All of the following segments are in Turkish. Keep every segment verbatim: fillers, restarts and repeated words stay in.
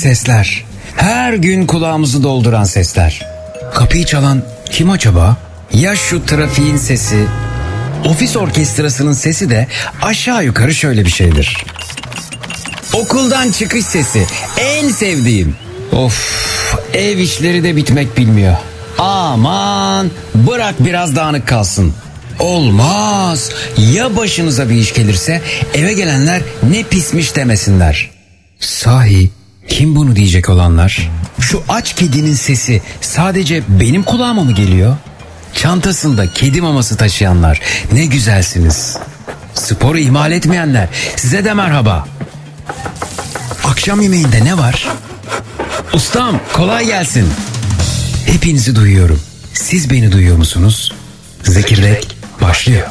sesler. Her gün kulağımızı dolduran sesler. Kapıyı çalan kim acaba? Ya şu trafiğin sesi? Ofis orkestrasının sesi de aşağı yukarı şöyle bir şeydir. Okuldan çıkış sesi. En sevdiğim. Of, ev işleri de bitmek bilmiyor. Aman, bırak biraz dağınık kalsın. Olmaz. Ya başınıza bir iş gelirse eve gelenler ne pismiş demesinler. Sahi kim bunu diyecek olanlar? Şu aç kedinin sesi sadece benim kulağıma mı geliyor? Çantasında kedi maması taşıyanlar ne güzelsiniz. Sporu ihmal etmeyenler size de merhaba. Akşam yemeğinde ne var? Ustam kolay gelsin. Hepinizi duyuyorum. Siz beni duyuyor musunuz? Zekirdek başlıyor.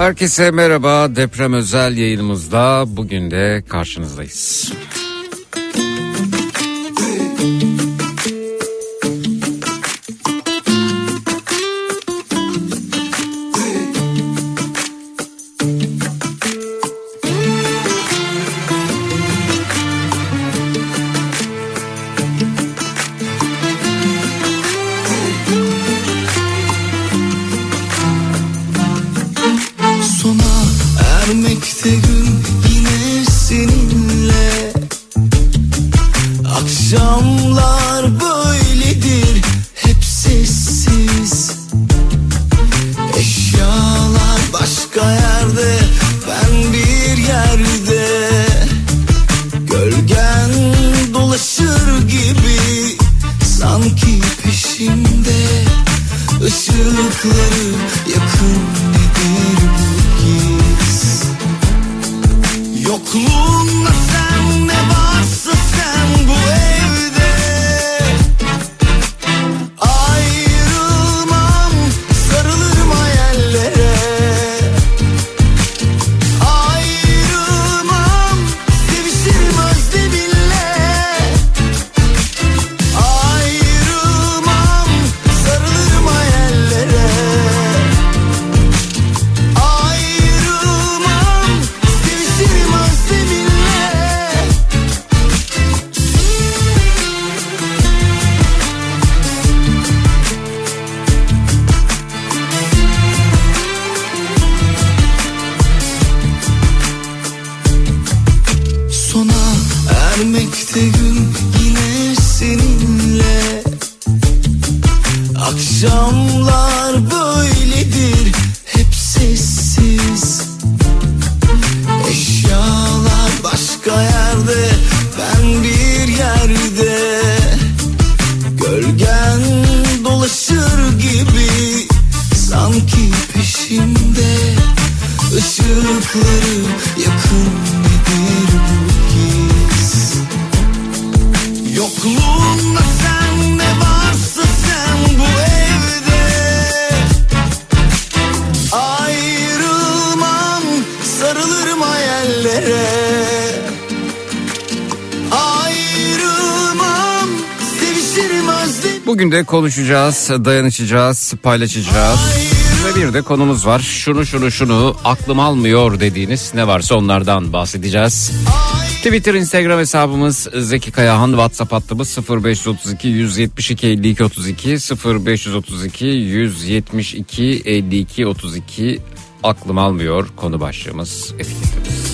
Herkese merhaba. Deprem özel yayınımızda bugün de karşınızdayız. Ermekte gün yine seninle. Akşamlar böyledir, hep sessiz. Eşyalar başka yerde, ben bir yerde. Gölgen dolaşır gibi, sanki peşimde. Işıkları yakın, nedir bu giz? Yokluğunla sen, ne varsa sen bu evde. Ayrılmam, sarılırım hayallere. Ayrılmam, sevişirim özleminle. Ayrılmam, sarılırım hayallere. Ayrılmam, sevişirim özleminle. Sona ermekte gün yine seninle. Akşamlar böyledir, hep sessiz. Eşyalar başka yerde, ben bir yerde. Gölgen dolaşır gibi, sanki peşimde. Işıkları yakın, nedir bu giz? Yokluğunla sen, ne varsa sen bu evde. Ayrılmam, sarılırım hayallere. Ayrılmam, sevişirim özlerim. Bugün de konuşacağız, dayanışacağız, paylaşacağız. Ve bir de konumuz var. Şunu şunu şunu aklım almıyor dediğiniz ne varsa onlardan bahsedeceğiz. Twitter, Instagram hesabımız Zeki Kayahan, WhatsApp hattımız sıfır beş otuz iki yüz yetmiş iki elli iki otuz iki sıfır beş otuz iki yüz yetmiş iki elli iki otuz iki aklım almıyor konu başlığımız, etiketimiz.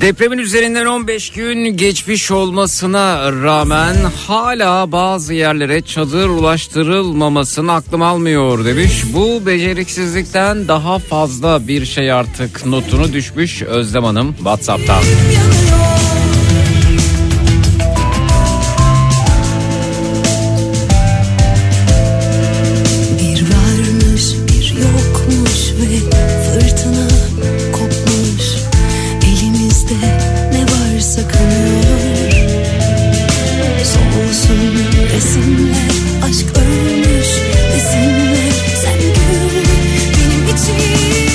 Depremin üzerinden on beş gün geçmiş olmasına rağmen hala bazı yerlere çadır ulaştırılmamasını aklım almıyor demiş. Bu beceriksizlikten daha fazla bir şey artık notunu düşmüş Özlem Hanım WhatsApp'tan. Bir varmış bir yokmuş ve fırtına kopmuş. Elimizde ne varsa kalıyor. Solsun resimler, aşk ölmüş desinler. Sen gül benim için.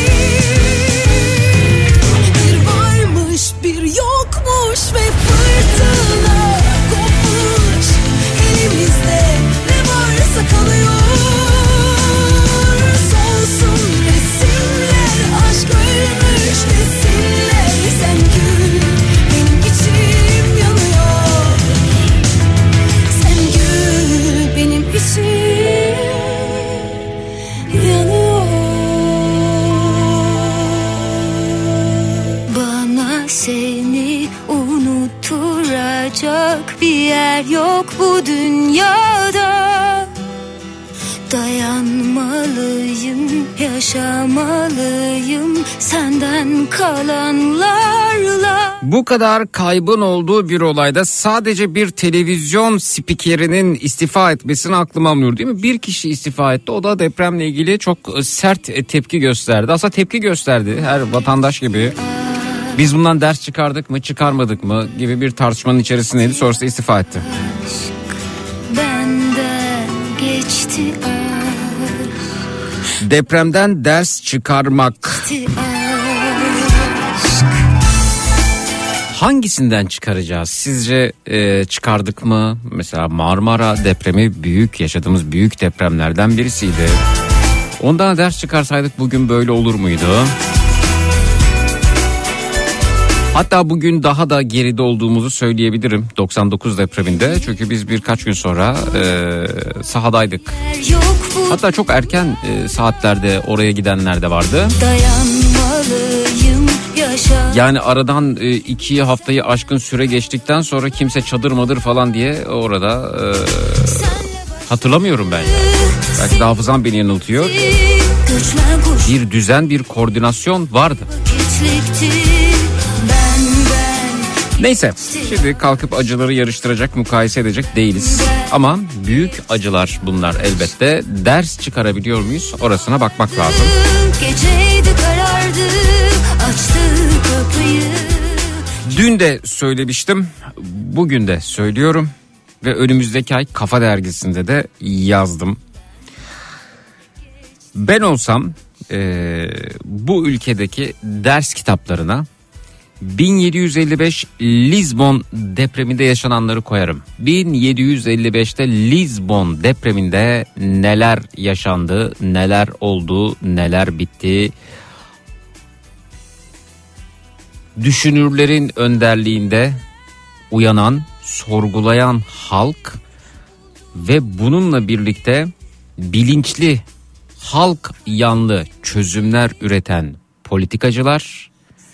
Bir varmış bir yokmuş ve fırtına kopmuş. Elimizde ne varsa kalıyor. Solsun resimler, aşk ölmüş desinler. Sen gül benim içim yanıyor. Sen gül benim içim yanıyor. Bana seni unutturacak bir yer yok bu dünyada. Dayanmalıyım, yaşamalıyım senden kalanlarla. Bu kadar kaybın olduğu bir olayda sadece bir televizyon spikerinin istifa etmesini aklım almıyor değil mi? Bir kişi istifa etti, o da depremle ilgili çok sert tepki gösterdi. Aslında tepki gösterdi her vatandaş gibi. Biz bundan ders çıkardık mı çıkarmadık mı gibi bir tartışmanın içerisindeydi, sonrasında istifa etti. Benden geçti aşk, Depremden ders çıkarmak. geçti aşk. Hangisinden çıkaracağız? Sizce e, çıkardık mı? Mesela Marmara depremi büyük, yaşadığımız büyük depremlerden birisiydi. Ondan ders çıkarsaydık bugün böyle olur muydu? Hatta bugün daha da geride olduğumuzu söyleyebilirim doksan dokuz depreminde. Çünkü biz birkaç gün sonra e, sahadaydık. Yok bu Hatta çok erken e, saatlerde oraya gidenler de vardı. dayanmalıyım, yaşa. Yani aradan e, iki haftayı aşkın süre geçtikten sonra kimse çadır madır falan diye orada e, hatırlamıyorum ben ya. Belki de hafızam beni yanıltıyor. Göçmen kuş Bir düzen, bir koordinasyon vardı. vakitlikti. Benden Neyse, şimdi kalkıp acıları yarıştıracak, mukayese edecek değiliz. Ama büyük acılar bunlar elbette. Ders çıkarabiliyor muyuz? Orasına bakmak lazım. geceydi karardı, açtı kapıyı. Dün de söylemiştim, bugün de söylüyorum ve önümüzdeki ay Kafa Dergisi'nde de yazdım. Ben olsam e, bu ülkedeki ders kitaplarına bin yedi yüz elli beş Lizbon depreminde yaşananları koyarım. bin yedi yüz elli beşte Lizbon depreminde neler yaşandı, neler oldu, neler bitti. Düşünürlerin önderliğinde uyanan, sorgulayan halk ve bununla birlikte bilinçli, halk yanlı çözümler üreten politikacılar,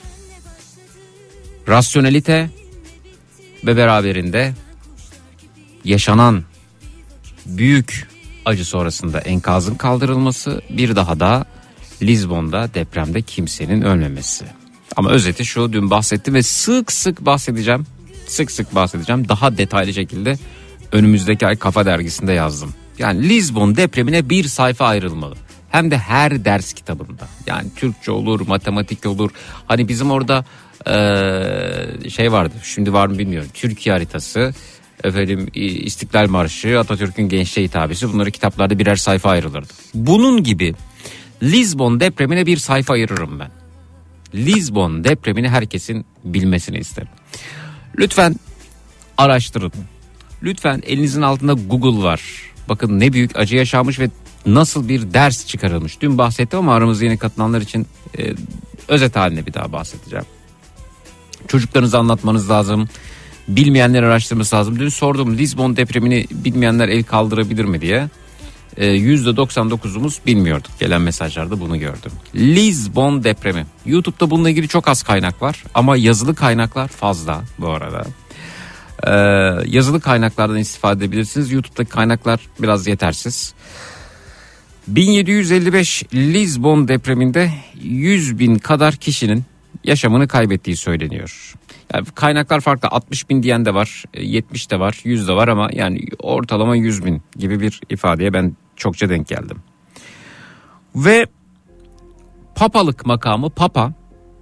rasyonelite ve beraberinde yaşanan büyük acı sonrasında enkazın kaldırılması, bir daha da Lizbon'da depremde kimsenin ölmemesi. Ama özeti şu, dün bahsettim ve sık sık bahsedeceğim, sık sık bahsedeceğim, daha detaylı şekilde önümüzdeki ay Kafa Dergisi'nde yazdım. Yani Lizbon depremine bir sayfa ayrılmalı. Hem de her ders kitabında. Yani Türkçe olur, matematik olur. Hani bizim orada ee, şey vardı, şimdi var mı bilmiyorum. Türkiye haritası, efendim İstiklal Marşı, Atatürk'ün gençliğe hitabesi, bunları kitaplarda birer sayfa ayrılırdı. Bunun gibi Lizbon depremine bir sayfa ayırırım ben. Lizbon depremini herkesin bilmesini isterim. Lütfen araştırın. Lütfen elinizin altında Google var. Bakın ne büyük acı yaşanmış ve nasıl bir ders çıkarılmış. Dün bahsettim ama aramızda yeni katılanlar için e, özet haline bir daha bahsedeceğim. Çocuklarınıza anlatmanız lazım. Bilmeyenler araştırması lazım. Dün sordum, Lizbon depremini bilmeyenler el kaldırabilir mi diye. e, yüzde doksan dokuzumuz bilmiyorduk. Gelen mesajlarda bunu gördüm. Lizbon depremi. YouTube'da bununla ilgili çok az kaynak var ama yazılı kaynaklar fazla bu arada. Ee, yazılı kaynaklardan istifade edebilirsiniz. YouTube'daki kaynaklar biraz yetersiz. bin yedi yüz elli beş Lizbon depreminde yüz bin kadar kişinin yaşamını kaybettiği söyleniyor. Yani kaynaklar farklı, altmış bin diyen de var, yetmiş de var, yüz de var ama yani ortalama yüz bin gibi bir ifadeye ben çokça denk geldim. Ve papalık makamı Papa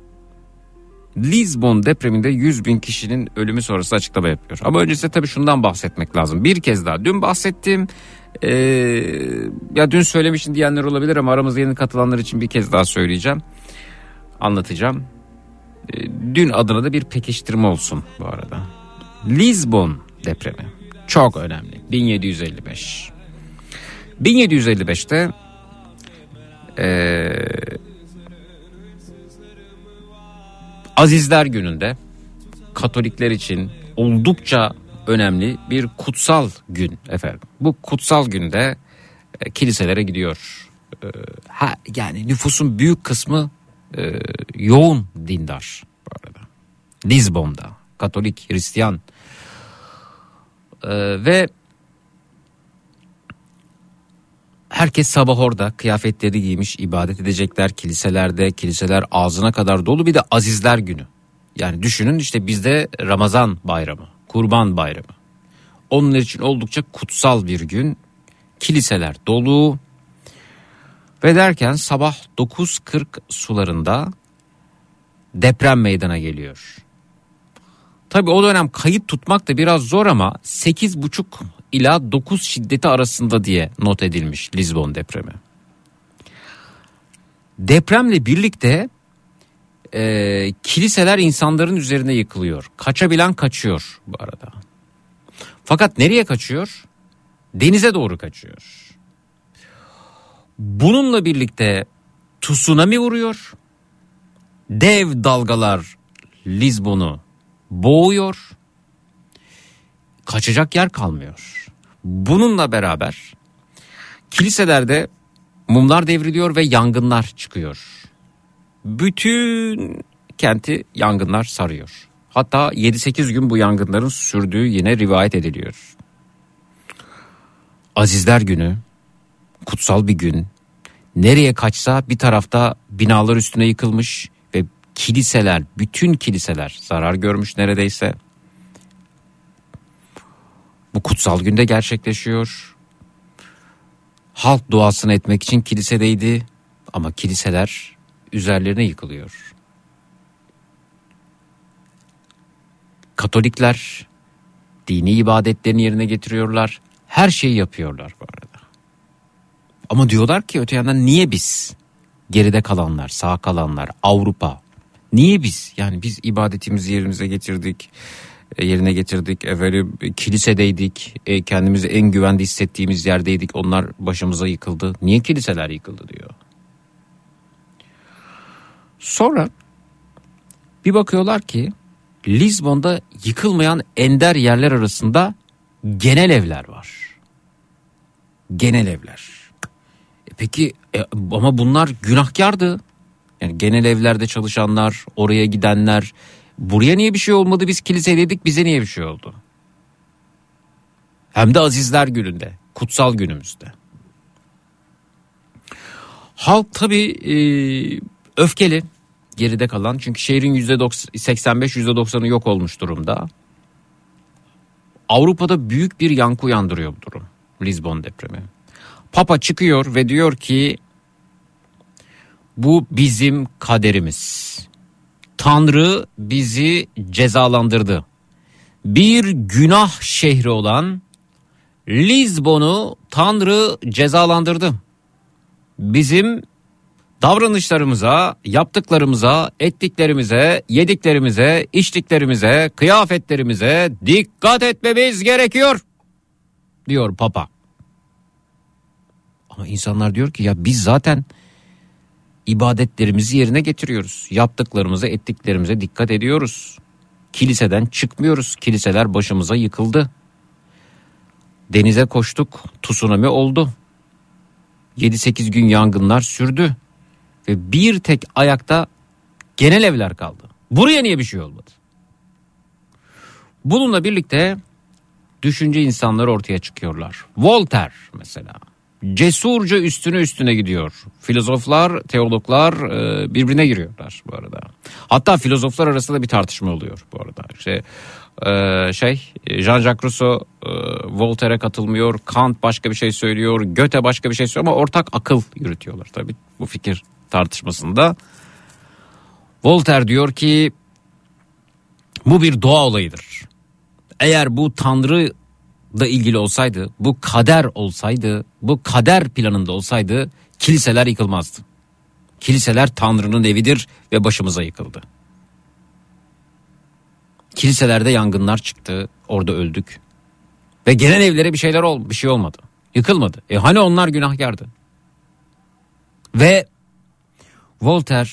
Lizbon depreminde yüz bin kişinin ölümü sonrası açıklama yapıyor. Ama öncesinde tabii şundan bahsetmek lazım. Bir kez daha dün bahsettim. Ee, ya dün söylemiştin diyenler olabilir ama aramızda yeni katılanlar için bir kez daha söyleyeceğim. Anlatacağım. Ee, dün adına da bir pekiştirme olsun bu arada. Lizbon depremi çok önemli. bin yedi yüz elli beş. bin yedi yüz elli beşte eee Azizler Günü'nde Katolikler için oldukça önemli bir kutsal gün efendim. Bu kutsal günde e, kiliselere gidiyor. E, ha, yani nüfusun büyük kısmı e, yoğun dindar bu arada. Lizbon'da Katolik, Hristiyan e, ve herkes sabah orada kıyafetleri giymiş ibadet edecekler kiliselerde. Kiliseler ağzına kadar dolu, bir de Azizler Günü. Yani düşünün işte bizde Ramazan bayramı, Kurban bayramı. Onun için oldukça kutsal bir gün. Kiliseler dolu. Ve derken sabah dokuz kırk sularında deprem meydana geliyor. Tabii o dönem kayıt tutmak da biraz zor ama sekiz buçuk ila dokuz şiddeti arasında diye not edilmiş Lizbon depremi. Depremle birlikte e, kiliseler insanların üzerine yıkılıyor. Kaçabilen kaçıyor bu arada. Fakat nereye kaçıyor? Denize doğru kaçıyor. Bununla birlikte tsunami vuruyor. Dev dalgalar Lizbon'u boğuyor. Kaçacak yer kalmıyor. Bununla beraber kiliselerde mumlar devriliyor ve yangınlar çıkıyor. Bütün kenti yangınlar sarıyor. Hatta yedi sekiz gün bu yangınların sürdüğü yine rivayet ediliyor. Azizler Günü, kutsal bir gün. Nereye kaçsa bir tarafta binalar üstüne yıkılmış ve kiliseler, bütün kiliseler zarar görmüş neredeyse. Bu kutsal günde gerçekleşiyor. Halk duasını etmek için kilisedeydi ama kiliseler üzerlerine yıkılıyor. Katolikler dini ibadetlerini yerine getiriyorlar. Her şeyi yapıyorlar bu arada. Ama diyorlar ki öte yandan niye biz? Geride kalanlar, sağ kalanlar, Avrupa. Niye biz? Yani biz ibadetimizi yerimize getirdik. Yerine getirdik. Efendim kilisedeydik. E, kendimizi en güvende hissettiğimiz yerdeydik. Onlar başımıza yıkıldı. Niye kiliseler yıkıldı diyor. Sonra bir bakıyorlar ki Lizbon'da yıkılmayan ender yerler arasında genel evler var. Genel evler. E peki e, ama bunlar günahkardı. Yani genel evlerde çalışanlar, oraya gidenler, buraya niye bir şey olmadı, biz kilisedeydik, bize niye bir şey oldu? Hem de Azizler Günü'nde, kutsal günümüzde. Halk tabii e, öfkeli, geride kalan, çünkü şehrin yüzde seksen beş yüzde doksanı yok olmuş durumda. Avrupa'da büyük bir yankı uyandırıyor bu durum, Lizbon depremi. Papa çıkıyor ve diyor ki bu bizim kaderimiz. Tanrı bizi cezalandırdı. Bir günah şehri olan Lizbon'u Tanrı cezalandırdı. Bizim davranışlarımıza, yaptıklarımıza, ettiklerimize, yediklerimize, içtiklerimize, kıyafetlerimize dikkat etmemiz gerekiyor, diyor Papa. Ama insanlar diyor ki ya biz zaten ibadetlerimizi yerine getiriyoruz. Yaptıklarımıza, ettiklerimize dikkat ediyoruz. Kiliseden çıkmıyoruz. Kiliseler başımıza yıkıldı. Denize koştuk. Tsunami oldu. yedi sekiz gün yangınlar sürdü. Ve bir tek ayakta genel evler kaldı. Buraya niye bir şey olmadı? Bununla birlikte düşünce insanları ortaya çıkıyorlar. Voltaire mesela cesurca üstüne üstüne gidiyor. Filozoflar, teologlar e, birbirine giriyorlar bu arada. Hatta filozoflar arasında bir tartışma oluyor bu arada. İşte e, şey Jean-Jacques Rousseau e, Voltaire'e katılmıyor. Kant başka bir şey söylüyor. Goethe başka bir şey söylüyor ama ortak akıl yürütüyorlar tabii bu fikir tartışmasında. Voltaire diyor ki bu bir doğa olayıdır. Eğer bu Tanrı da ilgili olsaydı, bu kader olsaydı, bu kader planında olsaydı kiliseler yıkılmazdı. Kiliseler Tanrı'nın evidir ve başımıza yıkıldı. Kiliselerde yangınlar çıktı, orada öldük. Ve genel evlere bir şeyler oldu, bir şey olmadı. Yıkılmadı. E hani onlar günahkardı. Ve Voltaire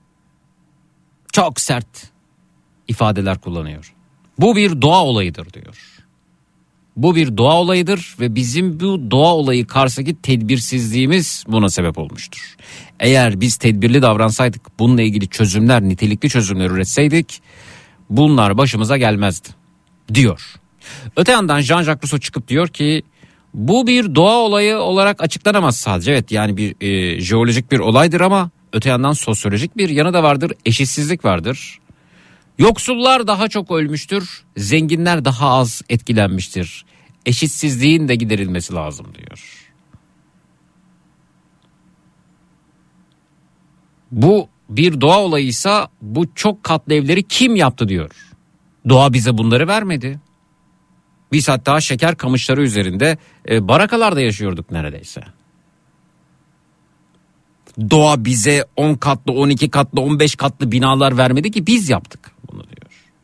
çok sert ifadeler kullanıyor. Bu bir doğa olayıdır diyor. Bu bir doğa olayıdır ve bizim bu doğa olayı karşısındaki tedbirsizliğimiz buna sebep olmuştur. Eğer biz tedbirli davransaydık, bununla ilgili çözümler, nitelikli çözümler üretseydik bunlar başımıza gelmezdi diyor. Öte yandan Jean-Jacques Rousseau çıkıp diyor ki bu bir doğa olayı olarak açıklanamaz sadece. Evet yani bir e, jeolojik bir olaydır ama öte yandan sosyolojik bir yanı da vardır, eşitsizlik vardır. Yoksullar daha çok ölmüştür, zenginler daha az etkilenmiştir. Eşitsizliğin de giderilmesi lazım diyor. Bu bir doğa olayıysa bu çok katlı evleri kim yaptı diyor. Doğa bize bunları vermedi. Biz hatta şeker kamışları üzerinde e, barakalarda yaşıyorduk neredeyse. Doğa bize on katlı, on iki katlı, on beş katlı binalar vermedi ki biz yaptık bunu diyor.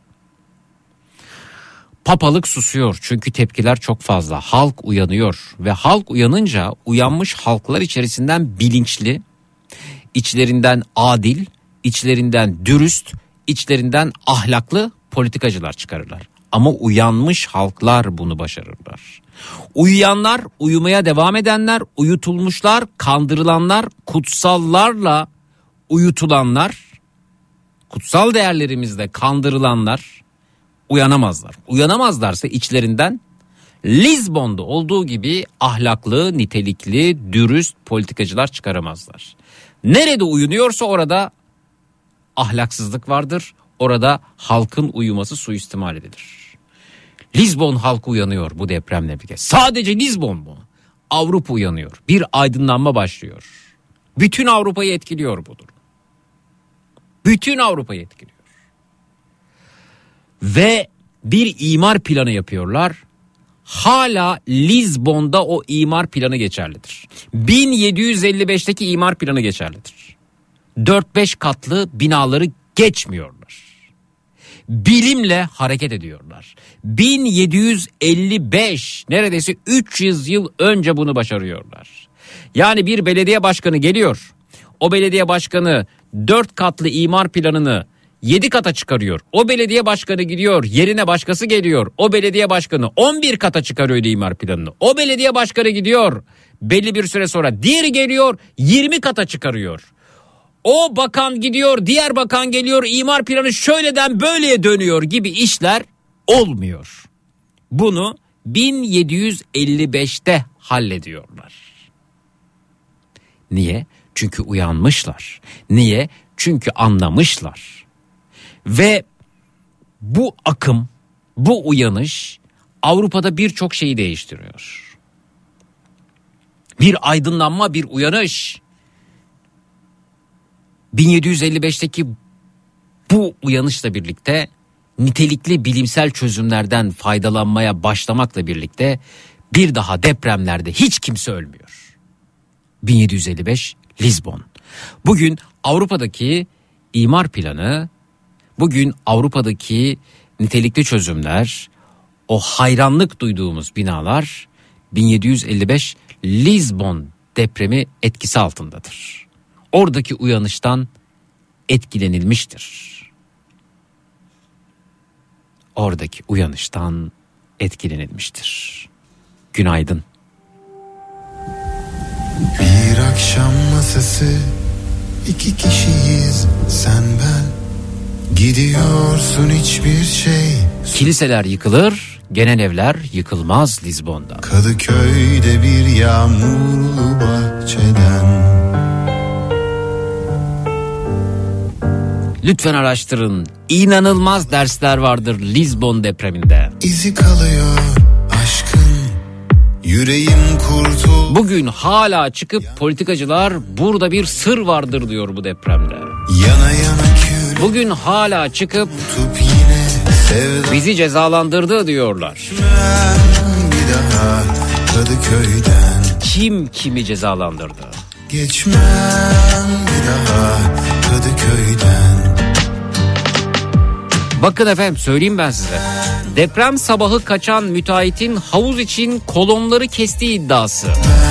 Papalık susuyor çünkü tepkiler çok fazla. Halk uyanıyor ve halk uyanınca uyanmış halklar içerisinden bilinçli, içlerinden adil, içlerinden dürüst, içlerinden ahlaklı politikacılar çıkarırlar. Ama uyanmış halklar bunu başarırlar. Uyuyanlar, uyumaya devam edenler, uyutulmuşlar, kandırılanlar, kutsallarla uyutulanlar, kutsal değerlerimizle kandırılanlar uyanamazlar. Uyanamazlarsa içlerinden Lizbon'da olduğu gibi ahlaklı, nitelikli, dürüst politikacılar çıkaramazlar. Nerede uyunuyorsa orada ahlaksızlık vardır. Orada halkın uyuması suistimal edilir. Lizbon halkı uyanıyor bu depremle birlikte. Sadece Lizbon mu? Avrupa uyanıyor. Bir aydınlanma başlıyor. Bütün Avrupa'yı etkiliyor bu durum. Bütün Avrupa'yı etkiliyor. Ve bir imar planı yapıyorlar. Hala Lizbon'da o imar planı geçerlidir. bin yedi yüz elli beşteki imar planı geçerlidir. dört beş katlı binaları geçmiyorlar. Bilimle hareket ediyorlar. bin yedi yüz elli beş neredeyse üç yüz yıl önce bunu başarıyorlar. Yani bir belediye başkanı geliyor. O belediye başkanı dört katlı imar planını yedi kata çıkarıyor. O belediye başkanı gidiyor, yerine başkası geliyor. O belediye başkanı on bir kata çıkarıyor imar planını. O belediye başkanı gidiyor, belli bir süre sonra diğeri geliyor, yirmi kata çıkarıyor. O bakan gidiyor, diğer bakan geliyor, imar planı şöyleden böyleye dönüyor gibi işler olmuyor. Bunu bin yedi yüz elli beşte hallediyorlar. Niye? Çünkü uyanmışlar. Niye? Çünkü anlamışlar. Ve bu akım, bu uyanış Avrupa'da birçok şeyi değiştiriyor. Bir aydınlanma, bir uyanış. bin yedi yüz elli beşteki bu uyanışla birlikte nitelikli bilimsel çözümlerden faydalanmaya başlamakla birlikte bir daha depremlerde hiç kimse ölmüyor. bin yedi yüz elli beş Lizbon. Bugün Avrupa'daki imar planı, bugün Avrupa'daki nitelikli çözümler, o hayranlık duyduğumuz binalar bin yedi yüz elli beş Lizbon depremi etkisi altındadır. Oradaki uyanıştan etkilenilmiştir. Oradaki uyanıştan etkilenilmiştir. Günaydın. Bir akşam masası, iki kişiyiz sen ben. Gidiyorsun hiçbir şey. Kiliseler yıkılır, genel evler yıkılmaz Lizbon'da. Kadıköy'de bir yağmurlu bahçeden. Lütfen araştırın. İnanılmaz dersler vardır Lizbon depreminde. İzi kalıyor aşkın, yüreğim kurtul. Bugün hala çıkıp politikacılar burada bir sır vardır diyor bu depremde. Yana yana kül. Bugün hala çıkıp Tutup yine sevda. bizi cezalandırdı diyorlar. Bir daha Kadıköy'den. Kim kimi cezalandırdı? Geçmem bir daha Kadıköy'den. Bakın efendim söyleyeyim ben size. Deprem sabahı kaçan müteahhitin havuz için kolonları kestiği iddiası.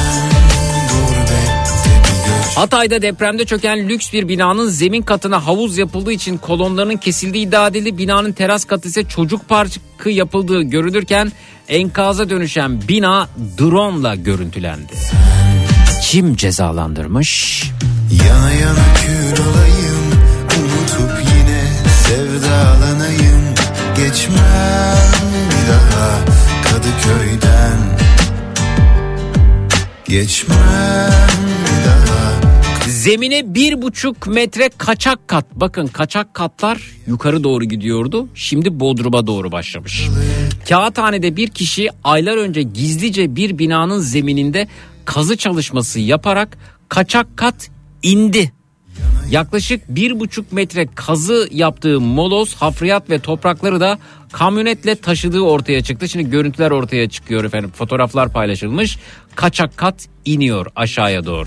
Hatay'da depremde çöken lüks bir binanın zemin katına havuz yapıldığı için kolonlarının kesildiği iddia edildi. Binanın teras katı ise çocuk parkı yapıldığı görülürken enkaza dönüşen bina drone'la görüntülendi. Kim cezalandırmış? Yana yana kül olayım, unutup yine sevdalanayım. Geçmem bir daha Kadıköy'den. Geçmem bir daha. Zemine bir buçuk metre kaçak kat. Bakın kaçak katlar yukarı doğru gidiyordu. Şimdi Bodrum'a doğru başlamış. Kağıthane'de bir kişi aylar önce gizlice bir binanın zemininde kazı çalışması yaparak kaçak kat indi. Yaklaşık bir buçuk metre kazı yaptığı moloz, hafriyat ve toprakları da kamyonetle taşıdığı ortaya çıktı. Şimdi görüntüler ortaya çıkıyor efendim. Fotoğraflar paylaşılmış. Kaçak kat iniyor aşağıya doğru.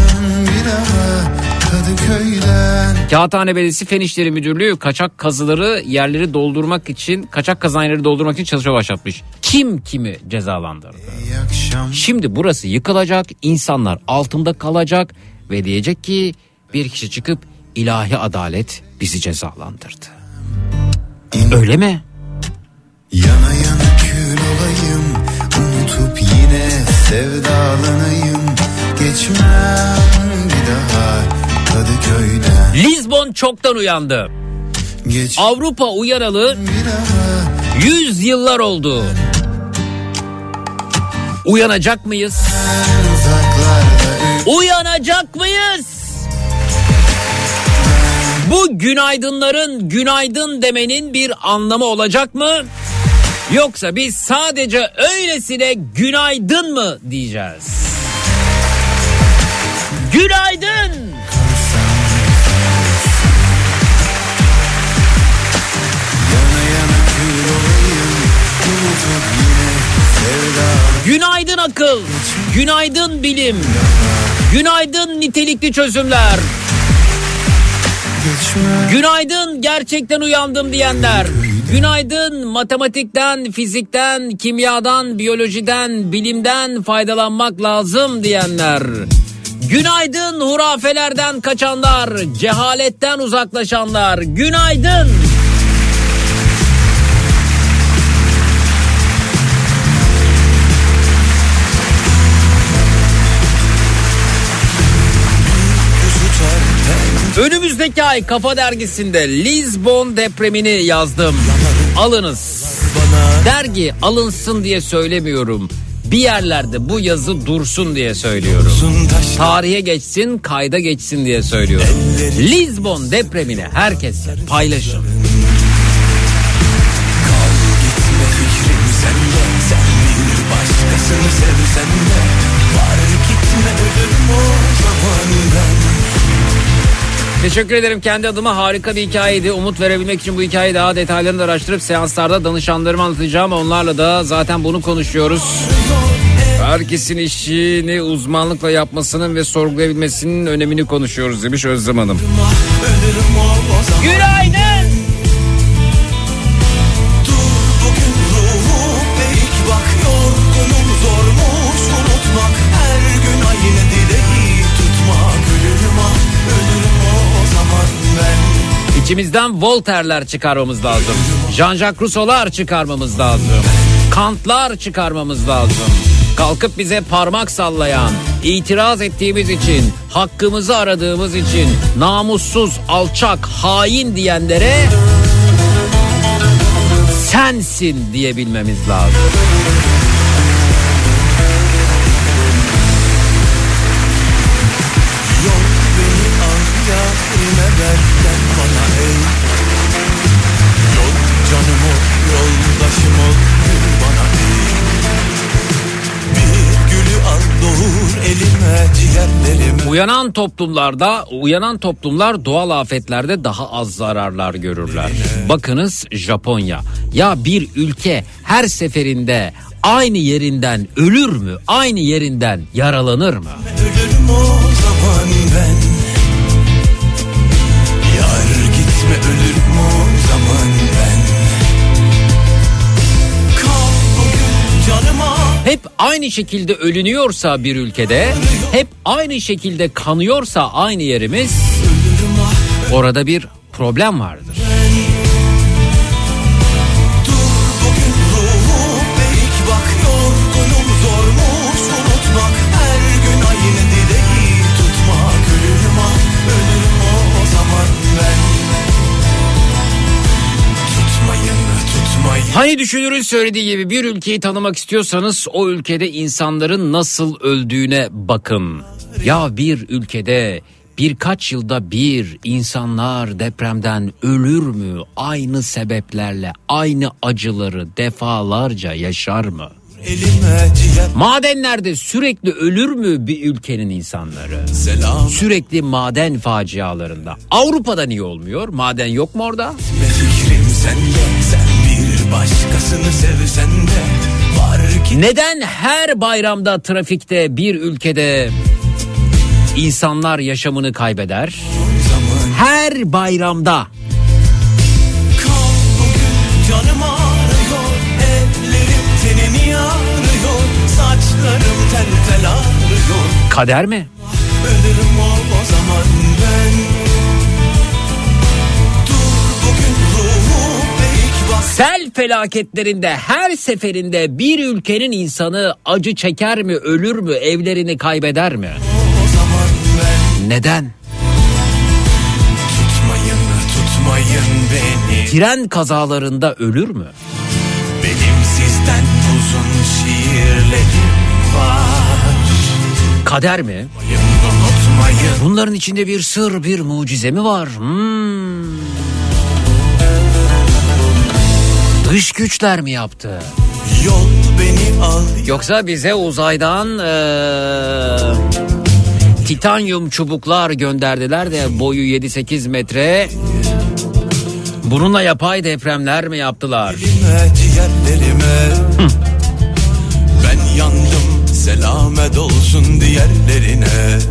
Kağıthane Belediyesi Fen İşleri Müdürlüğü kaçak kazıları yerleri doldurmak için, kaçak kazan yerleri doldurmak için çalışma başlatmış. Kim kimi cezalandırdı? Şimdi burası yıkılacak, insanlar altında kalacak ve diyecek ki bir kişi çıkıp ilahi adalet bizi cezalandırdı. Öyle mi? Yana yana kül olayım, unutup yine sevdalanayım. Geçmem bir daha Kadıköy'den. Lizbon çoktan uyandı. Geç Avrupa uyaralı yüz yıllar oldu. Uyanacak mıyız? Uyanacak mıyız? Bu günaydınların günaydın demenin bir anlamı olacak mı? Yoksa biz sadece öylesine günaydın mı diyeceğiz? Günaydın! Günaydın akıl, günaydın bilim, günaydın nitelikli çözümler, günaydın gerçekten uyandım diyenler, günaydın matematikten, fizikten, kimyadan, biyolojiden, bilimden faydalanmak lazım diyenler, günaydın hurafelerden kaçanlar, cehaletten uzaklaşanlar, günaydın. Önümüzdeki ay Kafa Dergisi'nde Lizbon depremini yazdım. Alınız. Dergi alınsın diye söylemiyorum. Bir yerlerde bu yazı dursun diye söylüyorum. Tarihe geçsin, kayda geçsin diye söylüyorum. Lizbon depremini herkesle paylaşın. Teşekkür ederim, kendi adıma harika bir hikayeydi. Umut verebilmek için bu hikayeyi daha detaylarını araştırıp seanslarda danışanlarıma anlatacağım. Onlarla da zaten bunu konuşuyoruz. Herkesin işini uzmanlıkla yapmasının ve sorgulayabilmesinin önemini konuşuyoruz demiş Özlem Hanım. Günaydın. Dur bugün ruhum pek bak, yorgunum zormuş unutmak. Her gün aynı dileği tutmak. Ölürüm ah ölürüm o zaman ben. İçimizden Voltaire'ler çıkarmamız lazım. Jean-Jacques Rousseau'lar çıkarmamız lazım. Kant'lar çıkarmamız lazım. kalkıp bize parmak sallayan, itiraz ettiğimiz için, hakkımızı aradığımız için namussuz, alçak, hain diyenlere sensin diyebilmemiz lazım. Yol beni al yarime verden bana ey. Yol canım ol, yoldaşım ol, gül bana ey. Bir gülü al doğur elime ciğerlerime. Uyanan toplumlarda, uyanan toplumlar doğal afetlerde daha az zararlar görürler. Bakınız Japonya. Ya bir ülke her seferinde aynı yerinden ölür mü? Aynı yerinden yaralanır mı? Ölürüm o zaman ben. Yar gitme ölürüm o zaman ben. Kal bugün canıma. Hep aynı şekilde ölünüyorsa bir ülkede, hep aynı şekilde kanıyorsa aynı yerimiz, orada bir problem vardır. Dur bugün ruhum beyik bak yorgunum zormuş unutmak. Her gün aynı dileği tutmak. Ölürüm ah ölürüm o zaman ben. Tutmayın tutmayın. Hani düşünürün söylediği gibi bir ülkeyi tanımak istiyorsanız o ülkede insanların nasıl öldüğüne bakın. Ya bir ülkede birkaç yılda bir insanlar depremden ölür mü? Aynı sebeplerle aynı acıları defalarca yaşar mı? Elime ciğer Madenlerde sürekli ölür mü bir ülkenin insanları? selam. Sürekli maden facialarında. Avrupa'da niye olmuyor? Maden yok mu orada? Ve fikrim sende. Sen bir başkasını sevsen de var ki Neden her bayramda trafikte bir ülkede insanlar yaşamını kaybeder? zaman. Her bayramda. Kal bugün canım ağrıyor. Ellerim tenini ağrıyor. Saçlarım tel tel ağrıyor. Kader mi? Ölürüm o, o zaman ben. Dur bugün ruhum beyik bak. Sel felaketlerinde her seferinde bir ülkenin insanı acı çeker mi, ölür mü, evlerini kaybeder mi? O zaman ben. Neden? Tutmayın tutmayın beni. Tren kazalarında ölür mü? Benim sizden uzun şiirlerim var. Kader mi? Unutmayın. Bunların içinde bir sır, bir mucize mi var? Hmm. Dış güçler mi yaptı? Yol beni al. Yoksa bize uzaydan ee, titanyum çubuklar gönderdiler de boyu yedi sekiz metre. Bununla yapay depremler mi yaptılar? Elime ciğerlerime. Ben yandım selamet olsun diğerlerine.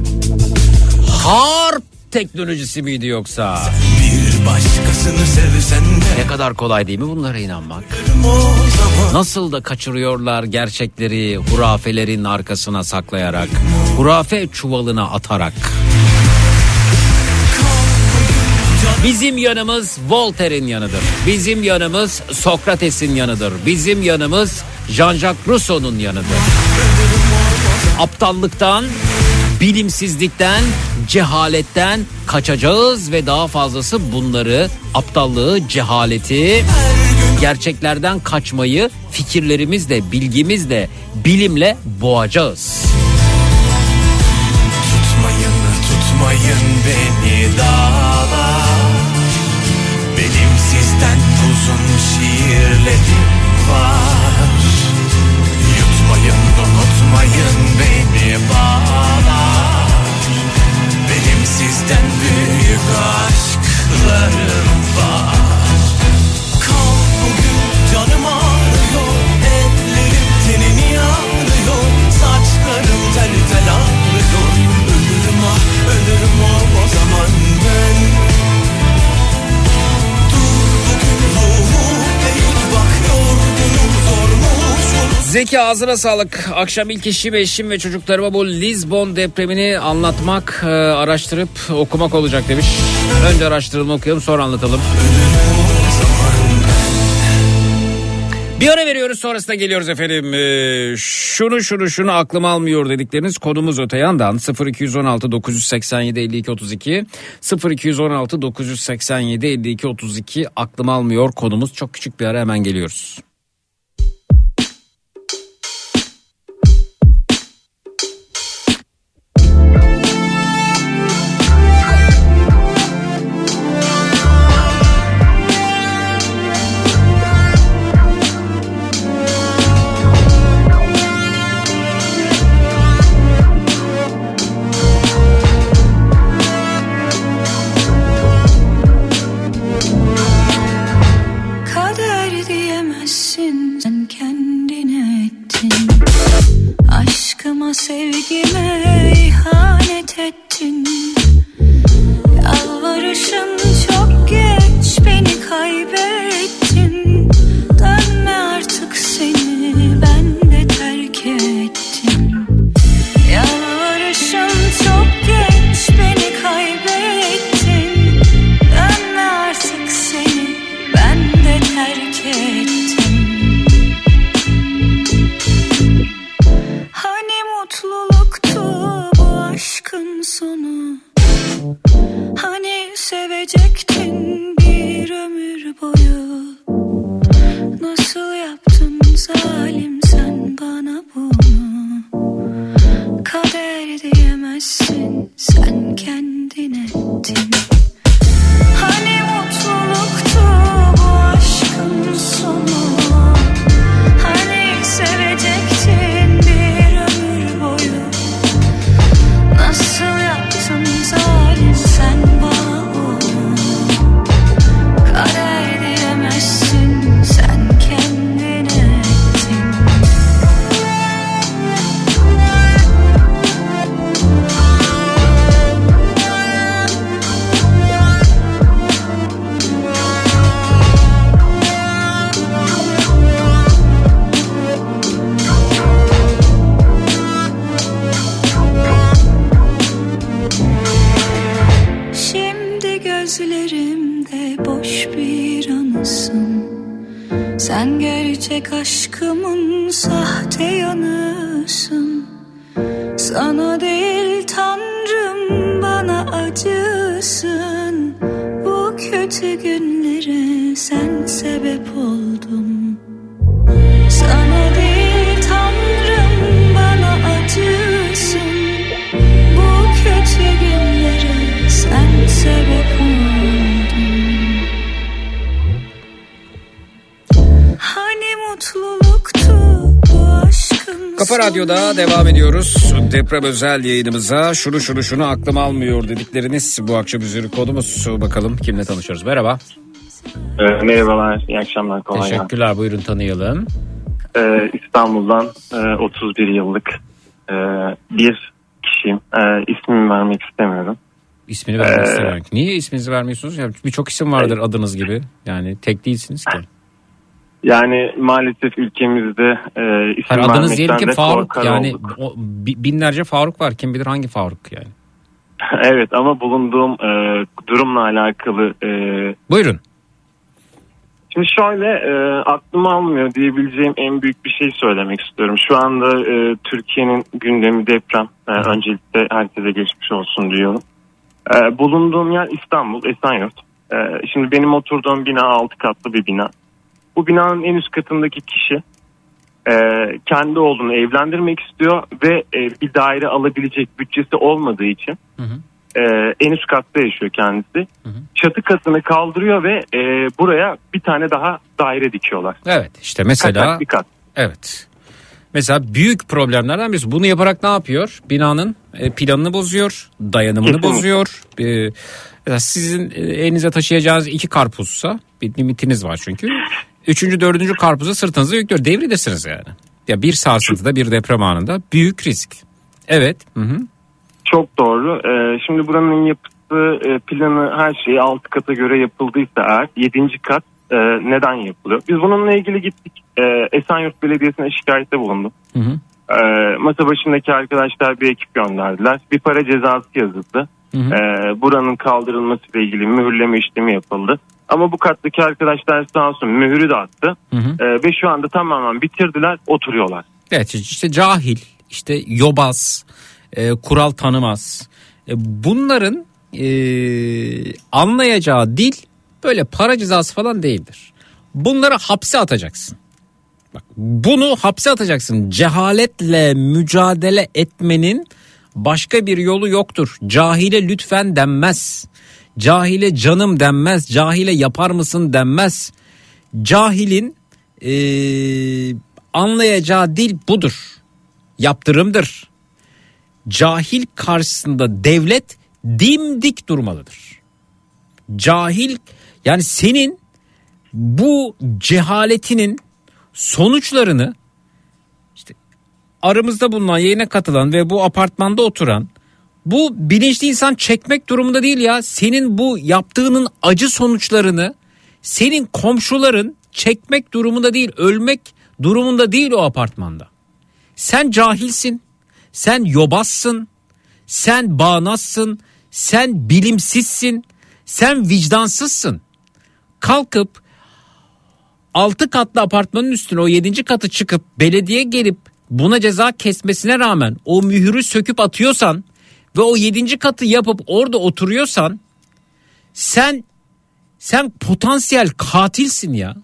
Harp teknolojisi miydi yoksa? Bir başkasını sevsen de Ne kadar kolay değil mi bunlara inanmak? o zaman. Nasıl da kaçırıyorlar gerçekleri hurafelerin arkasına saklayarak, hurafe çuvalına atarak. Bizim yanımız Voltaire'in yanıdır. Bizim yanımız Sokrates'in yanıdır. Bizim yanımız Jean-Jacques Rousseau'nun yanıdır. Aptallıktan, bilimsizlikten, cehaletten kaçacağız ve daha fazlası bunları, aptallığı, cehaleti, gerçeklerden kaçmayı fikirlerimizle, bilgimizle, bilimle boğacağız. Tutmayın tutmayın beni dağlar. Benim sizden uzun şiirlerim var. Yutmayın unutmayın beni bağlar. Benim sizden büyük aşklarım var. Kal bugün canım ağrıyor. Ellerim tenini ağrıyor. Saçlarım tel tel ağrıyor. Ölürüm ah ölürüm o, o zaman ben. Dur bugün ruhum beyik bak yorgunum zormuş unut. Zeki ağzına sağlık. Akşam ilk eşim, eşim ve çocuklarıma bu Lizbon depremini anlatmak, e, araştırıp okumak olacak demiş. Önce araştıralım, okuyalım, sonra anlatalım. Bir ara veriyoruz, sonrasında geliyoruz efendim. Ee, şunu şunu şunu aklım almıyor dedikleriniz konumuz öte yandan. sıfır iki on altı dokuz seksen yedi elli iki otuz iki sıfır iki on altı dokuz seksen yedi elli iki otuz iki aklım almıyor konumuz. Çok küçük bir ara, hemen geliyoruz. Sevgime ihanet ettin. Yalvarışım çok geç, beni kaybettin. Dönme artık, seni ben de terk ettim. Yalvarışım çok geç, beni kaybettin. Dönme artık, seni ben de terk ettim. Mutluluktu bu aşkın sonu. Hani sevecektin bir ömür boyu. Nasıl yaptın zalim sen bana bunu? Kader diyemezsin, sen kendin ettin. Hani mutluluktu bu aşkın sonu. Hani sevecektin bir ömür boyu. Nasıl yaptın zalim sen bana bunu? Kader diyemezsin, sen kendin ettin. Gözlerimde boş bir anısın. Sen gerçek aşkımın sahte yanısın. Sana değil Tanrım bana acısın. Bu kötü günlere sen sebep oldun. Sana değil Tanrım bana acısın. Bu kötü günlere sen sebep oldun. Hani mutluluktu bu aşkın. Kafa Radyo'da devam ediyoruz. Deprem özel yayınımıza şunu şunu şunu aklım almıyor dedikleriniz bu akşam üzeri konumuz. Bakalım kimle tanışıyoruz. Merhaba. Ee, merhabalar, iyi akşamlar. Kolay gelsin. Teşekkürler, buyurun tanıyalım. Ee, İstanbul'dan e, otuz bir yıllık e, bir kişiyim. E, ismimi vermek istemiyorum. İsmini vermek Ee, istemiyorum. Niye isminizi vermiyorsunuz? Ya birçok isim vardır evet. Adınız gibi. Yani tek değilsiniz ki. Yani maalesef ülkemizde e, isim Hayır, adınız diyelim ki de Faruk. Yani o, binlerce Faruk var. Kim bilir hangi Faruk yani. Evet, ama bulunduğum e, durumla alakalı. E, Buyurun. Şimdi şöyle e, aklım almıyor diyebileceğim en büyük bir şey söylemek istiyorum. Şu anda e, Türkiye'nin gündemi deprem. E, öncelikle herkese geçmiş olsun diyorum. E, bulunduğum yer İstanbul, Esenyurt. E, şimdi benim oturduğum bina altı katlı bir bina. Bu binanın en üst katındaki kişi e, kendi oğlunu evlendirmek istiyor ve e, bir daire alabilecek bütçesi olmadığı için hı hı. E, en üst katta yaşıyor kendisi. Hı hı. Çatı katını kaldırıyor ve e, buraya bir tane daha daire dikiyorlar. Evet, işte mesela Kaçak bir kat. Evet. Mesela büyük problemlerden birisi. Bunu yaparak ne yapıyor? Binanın planını bozuyor, dayanımını Kesinlikle. bozuyor. Ee, sizin elinize taşıyacağınız iki karpuzsa, bir limitiniz var çünkü. Üçüncü, dördüncü karpuzu sırtınıza yüklüyor. Devrilirsiniz yani. Ya bir sarsıntıda, bir deprem anında büyük risk. Evet. Hı hı. Çok doğru. Ee, şimdi buranın yapısı, planı, her şeyi alt kata göre yapıldıysa eğer yedinci kat e, neden yapılıyor? Biz bununla ilgili gittik. E, Esenyurt Belediyesi'ne şikayette bulundum. Hı hı. E, masa başındaki arkadaşlar bir ekip gönderdiler. Bir para cezası yazıldı. Hı hı. Ee, buranın kaldırılmasıyla ilgili mühürleme işlemi yapıldı. Ama bu kattaki arkadaşlar sağ olsun mühürü de attı. Hı hı. Ee, ve şu anda tamamen bitirdiler, oturuyorlar. Evet, işte cahil, işte yobaz, e, kural tanımaz. E, bunların e, anlayacağı dil böyle para cezası falan değildir. Bunları hapse atacaksın. Bak, bunu hapse atacaksın. Cehaletle mücadele etmenin başka bir yolu yoktur. Cahile lütfen denmez. Cahile canım denmez. Cahile yapar mısın denmez. Cahilin e, anlayacağı dil budur. Yaptırımdır. Cahil karşısında devlet dimdik durmalıdır. Cahil, yani senin bu cehaletinin sonuçlarını işte aramızda bulunan, yayına katılan ve bu apartmanda oturan bu bilinçli insan çekmek durumunda değil ya. Senin bu yaptığının acı sonuçlarını senin komşuların çekmek durumunda değil, ölmek durumunda değil o apartmanda. Sen cahilsin, sen yobazsın, sen bağnazsın, sen bilimsizsin, sen vicdansızsın. Kalkıp altı katlı apartmanın üstüne o yedinci katı çıkıp belediye gelip buna ceza kesmesine rağmen o mühürü söküp atıyorsan ve o yedinci katı yapıp orada oturuyorsan sen sen potansiyel katilsin ya.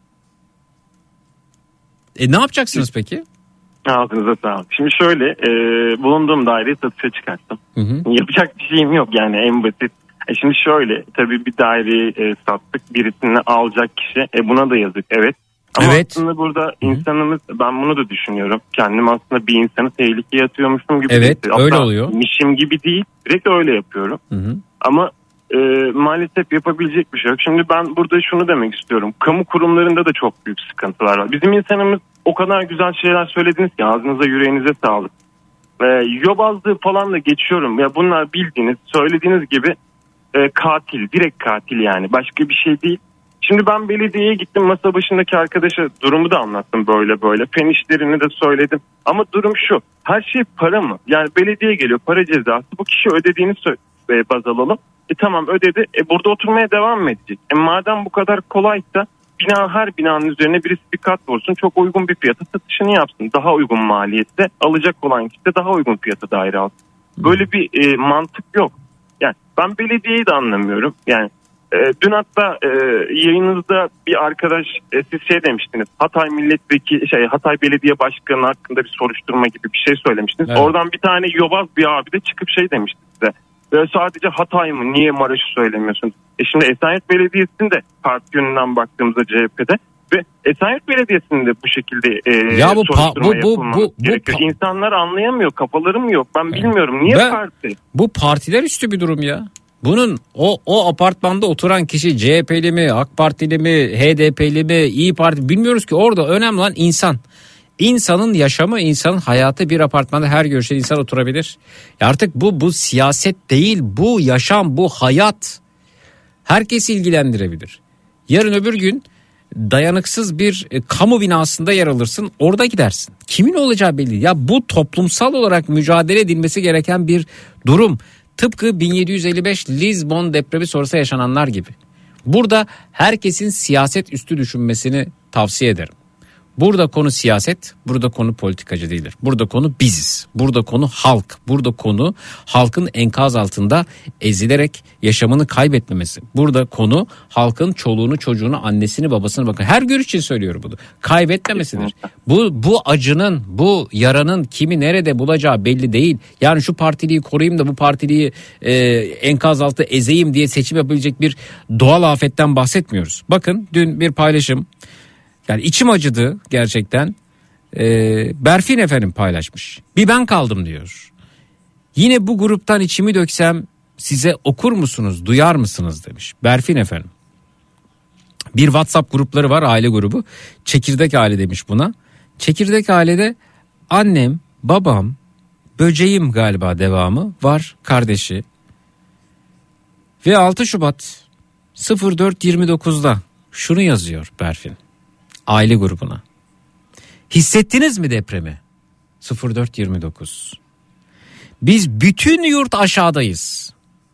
E ne yapacaksınız peki? Ağzınıza sağlık. Şimdi şöyle e, bulunduğum daireyi satışa çıkarttım. Hı hı. Yapacak bir şeyim yok yani, en basit. E şimdi şöyle, tabii bir daireyi e, sattık, birisini alacak kişi, e buna da yazık, evet. Ama evet. Aslında burada Hı-hı. insanımız, ben bunu da düşünüyorum. Kendim aslında bir insanı tehlikeye atıyormuşum gibi. Evet, değil. Öyle oluyor. Mişim gibi değil, direkt öyle yapıyorum. Hı-hı. Ama e, maalesef yapabilecek bir şey yok. Şimdi ben burada şunu demek istiyorum. Kamu kurumlarında da çok büyük sıkıntılar var. Bizim insanımız o kadar güzel şeyler söylediniz ki, ağzınıza yüreğinize sağlık. E, yobazlığı falan da geçiyorum. Ya bunlar bildiğiniz, söylediğiniz gibi e, katil, direkt katil yani, başka bir şey değil. Şimdi ben belediyeye gittim, masa başındaki arkadaşa durumu da anlattım, böyle böyle. Fen işlerini de söyledim. Ama durum şu, her şey para mı? Yani belediye geliyor, para cezası, bu kişi ödediğini e, baz alalım. E tamam ödedi, e burada oturmaya devam mı edecek? E madem bu kadar kolaysa bina, her binanın üzerine birisi bir kat vursun, çok uygun bir fiyata satışını yapsın. Daha uygun maliyette, alacak olan kişi de daha uygun fiyata daire alsın. Böyle bir e, mantık yok. Yani ben belediyeyi de anlamıyorum. Yani e, dün hatta e, yayınınızda bir arkadaş, e, siz şey demiştiniz, Hatay milletvekili, şey Hatay Belediye Başkanı hakkında bir soruşturma gibi bir şey söylemiştiniz. Evet. Oradan bir tane yobaz bir abi de çıkıp şey demişti size. E, sadece Hatay mı? Niye Maraş'ı söylemiyorsunuz? E şimdi Esenyurt Belediyesi'nin de parti yönünden baktığımızda C H P'de ve Esenyurt Belediyesi'nin de bu şekilde e, ya bu soruşturma pa- bu, yapılması bu, bu, gerekiyor. Bu, İnsanlar anlayamıyor, kafaları mı yok? Ben evet. bilmiyorum. Niye ben, parti? Bu partiler üstü bir durum ya. Bunun o o apartmanda oturan kişi C H P'li mi, AK Partili mi, H D P'li mi, İyi Parti, bilmiyoruz ki. Orada önemli olan insan. İnsanın yaşamı, insanın hayatı. Bir apartmanda her görüşte insan oturabilir. Ya artık bu bu siyaset değil, bu yaşam, bu hayat. Herkes ilgilendirebilir. Yarın öbür gün dayanıksız bir e, kamu binasında yer alırsın, orada gidersin. Kimin olacağı belli. Ya bu toplumsal olarak mücadele edilmesi gereken bir durum. Tıpkı bin yedi yüz elli beş Lizbon depremi sonrası yaşananlar gibi. Burada herkesin siyaset üstü düşünmesini tavsiye ederim. Burada konu siyaset, burada konu politikacı değildir. Burada konu biziz. Burada konu halk. Burada konu halkın enkaz altında ezilerek yaşamını kaybetmemesi. Burada konu halkın çoluğunu, çocuğunu, annesini, babasını, bakın her görüş için söylüyorum bunu, kaybetmemesidir. Bu bu acının, bu yaranın kimi nerede bulacağı belli değil. Yani şu partiliyi koruyayım da bu partiliyi e, enkaz altı ezeyim diye seçim yapabilecek bir doğal afetten bahsetmiyoruz. Bakın dün bir paylaşım. Yani içim acıdı gerçekten. Ee, Berfin efendim paylaşmış. Bir ben kaldım diyor. Yine bu gruptan içimi döksem size okur musunuz, duyar mısınız demiş. Berfin efendim. Bir WhatsApp grupları var, aile grubu. Çekirdek aile demiş buna. Çekirdek ailede annem, babam, böceğim galiba devamı var, kardeşi. Ve altı Şubat sıfır dört yirmi dokuzda şunu yazıyor Berfin. Aile grubuna. Hissettiniz mi depremi? sıfır dört yirmi dokuz. Biz bütün yurt aşağıdayız.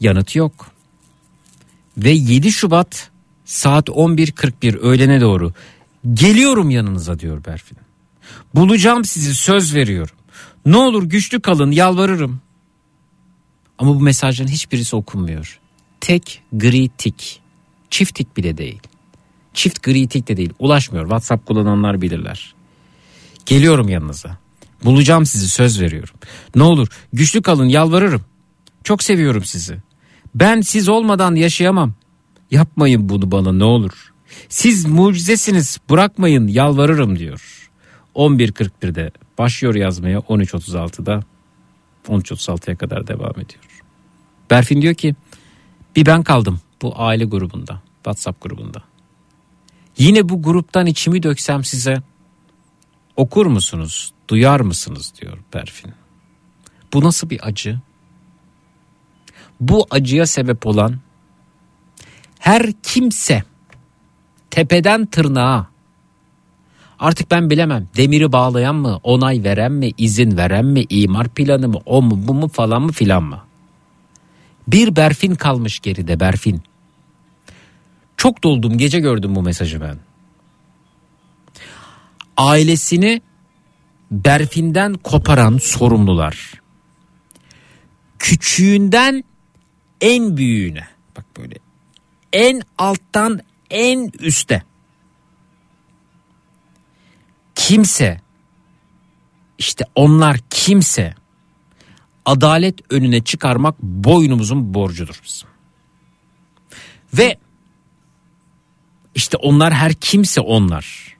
Yanıt yok. Ve yedi Şubat saat on bir kırk bir öğlene doğru geliyorum yanınıza diyor Berfin. Bulacağım sizi, söz veriyorum. Ne olur güçlü kalın, yalvarırım. Ama bu mesajların hiçbirisi okunmuyor. Tek gri tik. Çift tik bile değil. Çift gri tik de değil. Ulaşmıyor. WhatsApp kullananlar bilirler. Geliyorum yanınıza. Bulacağım sizi, söz veriyorum. Ne olur güçlü kalın, yalvarırım. Çok seviyorum sizi. Ben siz olmadan yaşayamam. Yapmayın bunu bana ne olur. Siz mucizesiniz, bırakmayın, yalvarırım diyor. on bir kırk birde başlıyor yazmaya, on üç otuz altıda on üç otuz altıya kadar devam ediyor. Berfin diyor ki bir ben kaldım bu aile grubunda, WhatsApp grubunda. Yine bu gruptan içimi döksem size okur musunuz, duyar mısınız diyor Berfin. Bu nasıl bir acı? Bu acıya sebep olan her kimse, tepeden tırnağa, artık ben bilemem, demiri bağlayan mı, onay veren mi, izin veren mi, imar planı mı, o mu bu mu falan mı filan mı? Bir Berfin kalmış geride, Berfin. Çok doldum, gece gördüm bu mesajı ben. Ailesini Berfin'den koparan sorumlular. Küçüğünden en büyüğüne, bak böyle en alttan en üste. Kimse, işte onlar kimse adalet önüne çıkarmak boynumuzun borcudur bizim. Ve işte onlar her kimse onlar.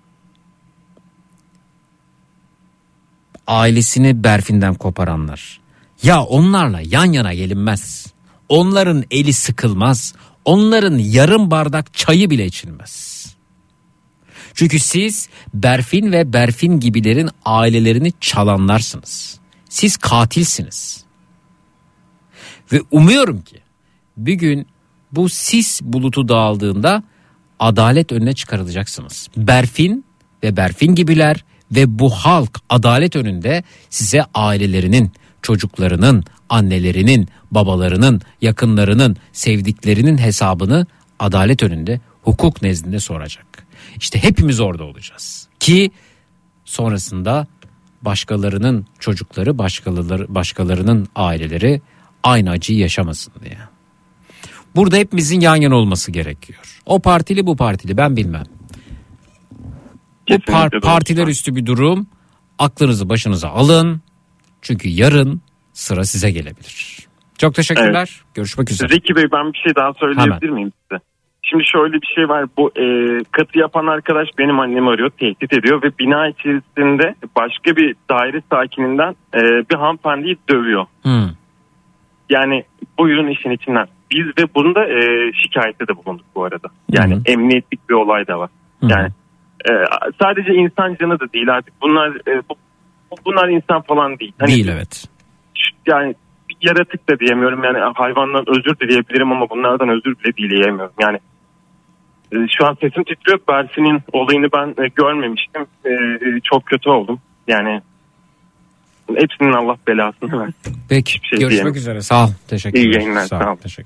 Ailesini Berfin'den koparanlar. Ya onlarla yan yana gelinmez. Onların eli sıkılmaz. Onların yarım bardak çayı bile içilmez. Çünkü siz Berfin ve Berfin gibilerin ailelerini çalanlarsınız. Siz katilsiniz. Ve umuyorum ki bir gün bu sis bulutu dağıldığında adalet önüne çıkarılacaksınız. Berfin ve Berfin gibiler ve bu halk adalet önünde size ailelerinin, çocuklarının, annelerinin, babalarının, yakınlarının, sevdiklerinin hesabını adalet önünde, hukuk nezdinde soracak. İşte hepimiz orada olacağız ki sonrasında başkalarının çocukları, başkaları, başkalarının aileleri aynı acıyı yaşamasın diye. Burada hepimizin yan yana olması gerekiyor. O partili bu partili ben bilmem. Bu par- partiler üstü bir durum. Aklınızı başınıza alın. Çünkü yarın sıra size gelebilir. Çok teşekkürler. Evet. Görüşmek üzere. Zeki Bey, ben bir şey daha söyleyebilir Hemen. miyim size? Şimdi şöyle bir şey var. Bu e, katı yapan arkadaş benim annemi arıyor, tehdit ediyor ve bina içerisinde başka bir daire sakininden e, bir hanımefendiyi dövüyor. Hmm. Yani buyurun işin içinden. Biz de bunda e, şikayette de bulunduk bu arada. Yani hmm. emniyetlik bir olay da var. Hmm. Yani e, sadece insan canı da değil artık. Bunlar e, bu, bunlar insan falan değil. Hani, değil evet. Yani yaratık da diyemiyorum. Yani hayvandan özür dileyebilirim ama bunlardan özür bile dileyemiyorum. Yani şu an sesim titriyor. Berfin'in olayını ben e, görmemiştim. E, çok kötü oldum. Yani hepsinin Allah belasını versin. Peki şey görüşmek diyeyim. üzere. Sağ ol. Teşekkürler. İyi yayınlar. Sağ ol. Sağ ol. Teşekkür.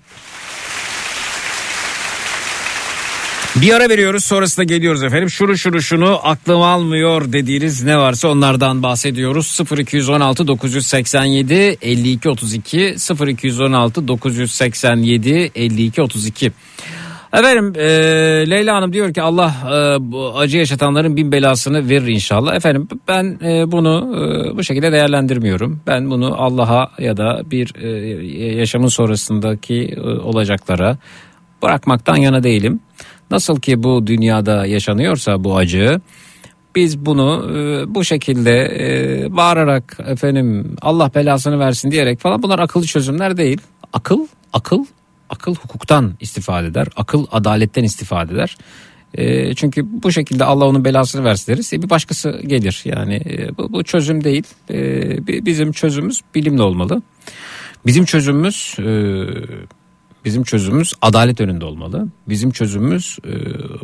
Bir ara veriyoruz, sonrasında geliyoruz efendim. Şunu şunu şunu aklım almıyor dediğiniz ne varsa onlardan bahsediyoruz. sıfır iki on altı dokuz seksen yedi elli iki otuz iki sıfır iki on altı dokuz seksen yedi elli iki otuz iki. Efendim e, Leyla Hanım diyor ki Allah e, bu acı yaşatanların bin belasını verir inşallah. Efendim ben e, bunu e, bu şekilde değerlendirmiyorum. Ben bunu Allah'a ya da bir e, yaşamın sonrasındaki e, olacaklara bırakmaktan yana değilim. Nasıl ki bu dünyada yaşanıyorsa bu acı, biz bunu e, bu şekilde e, bağırarak efendim Allah belasını versin diyerek falan, bunlar akıllı çözümler değil. Akıl, akıl, akıl hukuktan istifade eder. Akıl adaletten istifade eder. E, çünkü bu şekilde Allah onun belasını versin deriz. E, bir başkası gelir. Yani e, bu, bu çözüm değil. E, bizim çözümümüz bilimli olmalı. Bizim çözümümüz... E, Bizim çözümümüz adalet önünde olmalı. Bizim çözümümüz e,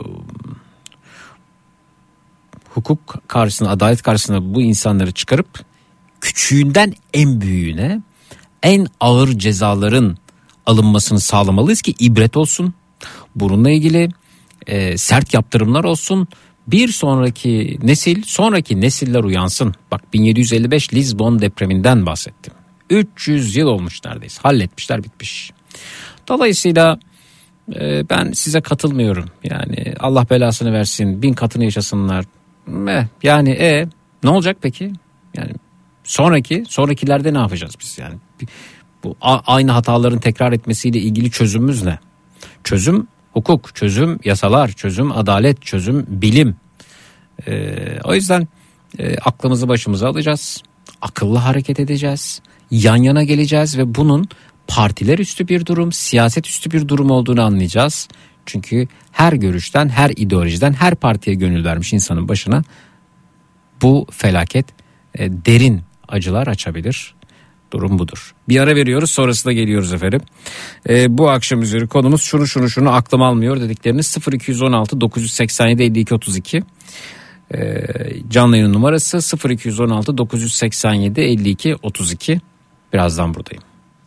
hukuk karşısına, adalet karşısına bu insanları çıkarıp küçüğünden en büyüğüne en ağır cezaların alınmasını sağlamalıyız ki ibret olsun. Bununla ilgili e, sert yaptırımlar olsun. Bir sonraki nesil, sonraki nesiller uyansın. Bak bin yedi yüz elli beş Lizbon depreminden bahsettim. üç yüz yıl olmuş neredeyse. Halletmişler, bitmiş. Dolayısıyla e, ben size katılmıyorum. Yani Allah belasını versin, bin katını yaşasınlar. Eh, yani e ne olacak peki? Yani sonraki sonrakilerde ne yapacağız biz yani? Bu a, aynı hataların tekrar etmesiyle ilgili çözümümüz ne? Çözüm hukuk, çözüm yasalar, çözüm adalet, çözüm bilim. Ee, o yüzden e, aklımızı başımıza alacağız. Akıllı hareket edeceğiz. Yan yana geleceğiz ve bunun partiler üstü bir durum, siyaset üstü bir durum olduğunu anlayacağız. Çünkü her görüşten, her ideolojiden, her partiye gönül vermiş insanın başına bu felaket e, derin acılar açabilir. Durum budur. Bir ara veriyoruz, sonrasında geliyoruz efendim. Ee, bu akşam üzeri konumuz şunu şunu şunu aklım almıyor dedikleriniz sıfır iki on altı dokuz seksen yedi elli iki otuz iki. Ee, canlı yayın numarası sıfır iki on altı dokuz seksen yedi elli iki otuz iki. Birazdan buradayım.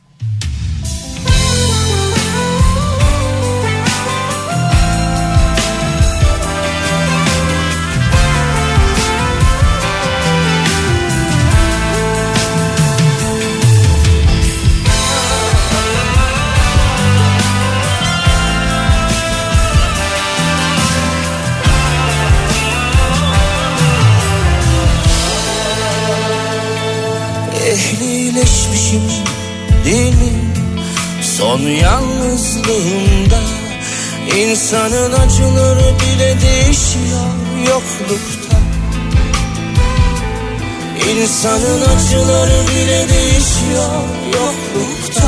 Ehlileşmişim değil mi? Son yalnızlığımda insanın acıları bile değişiyor yoklukta. İnsanın acıları bile değişiyor yoklukta.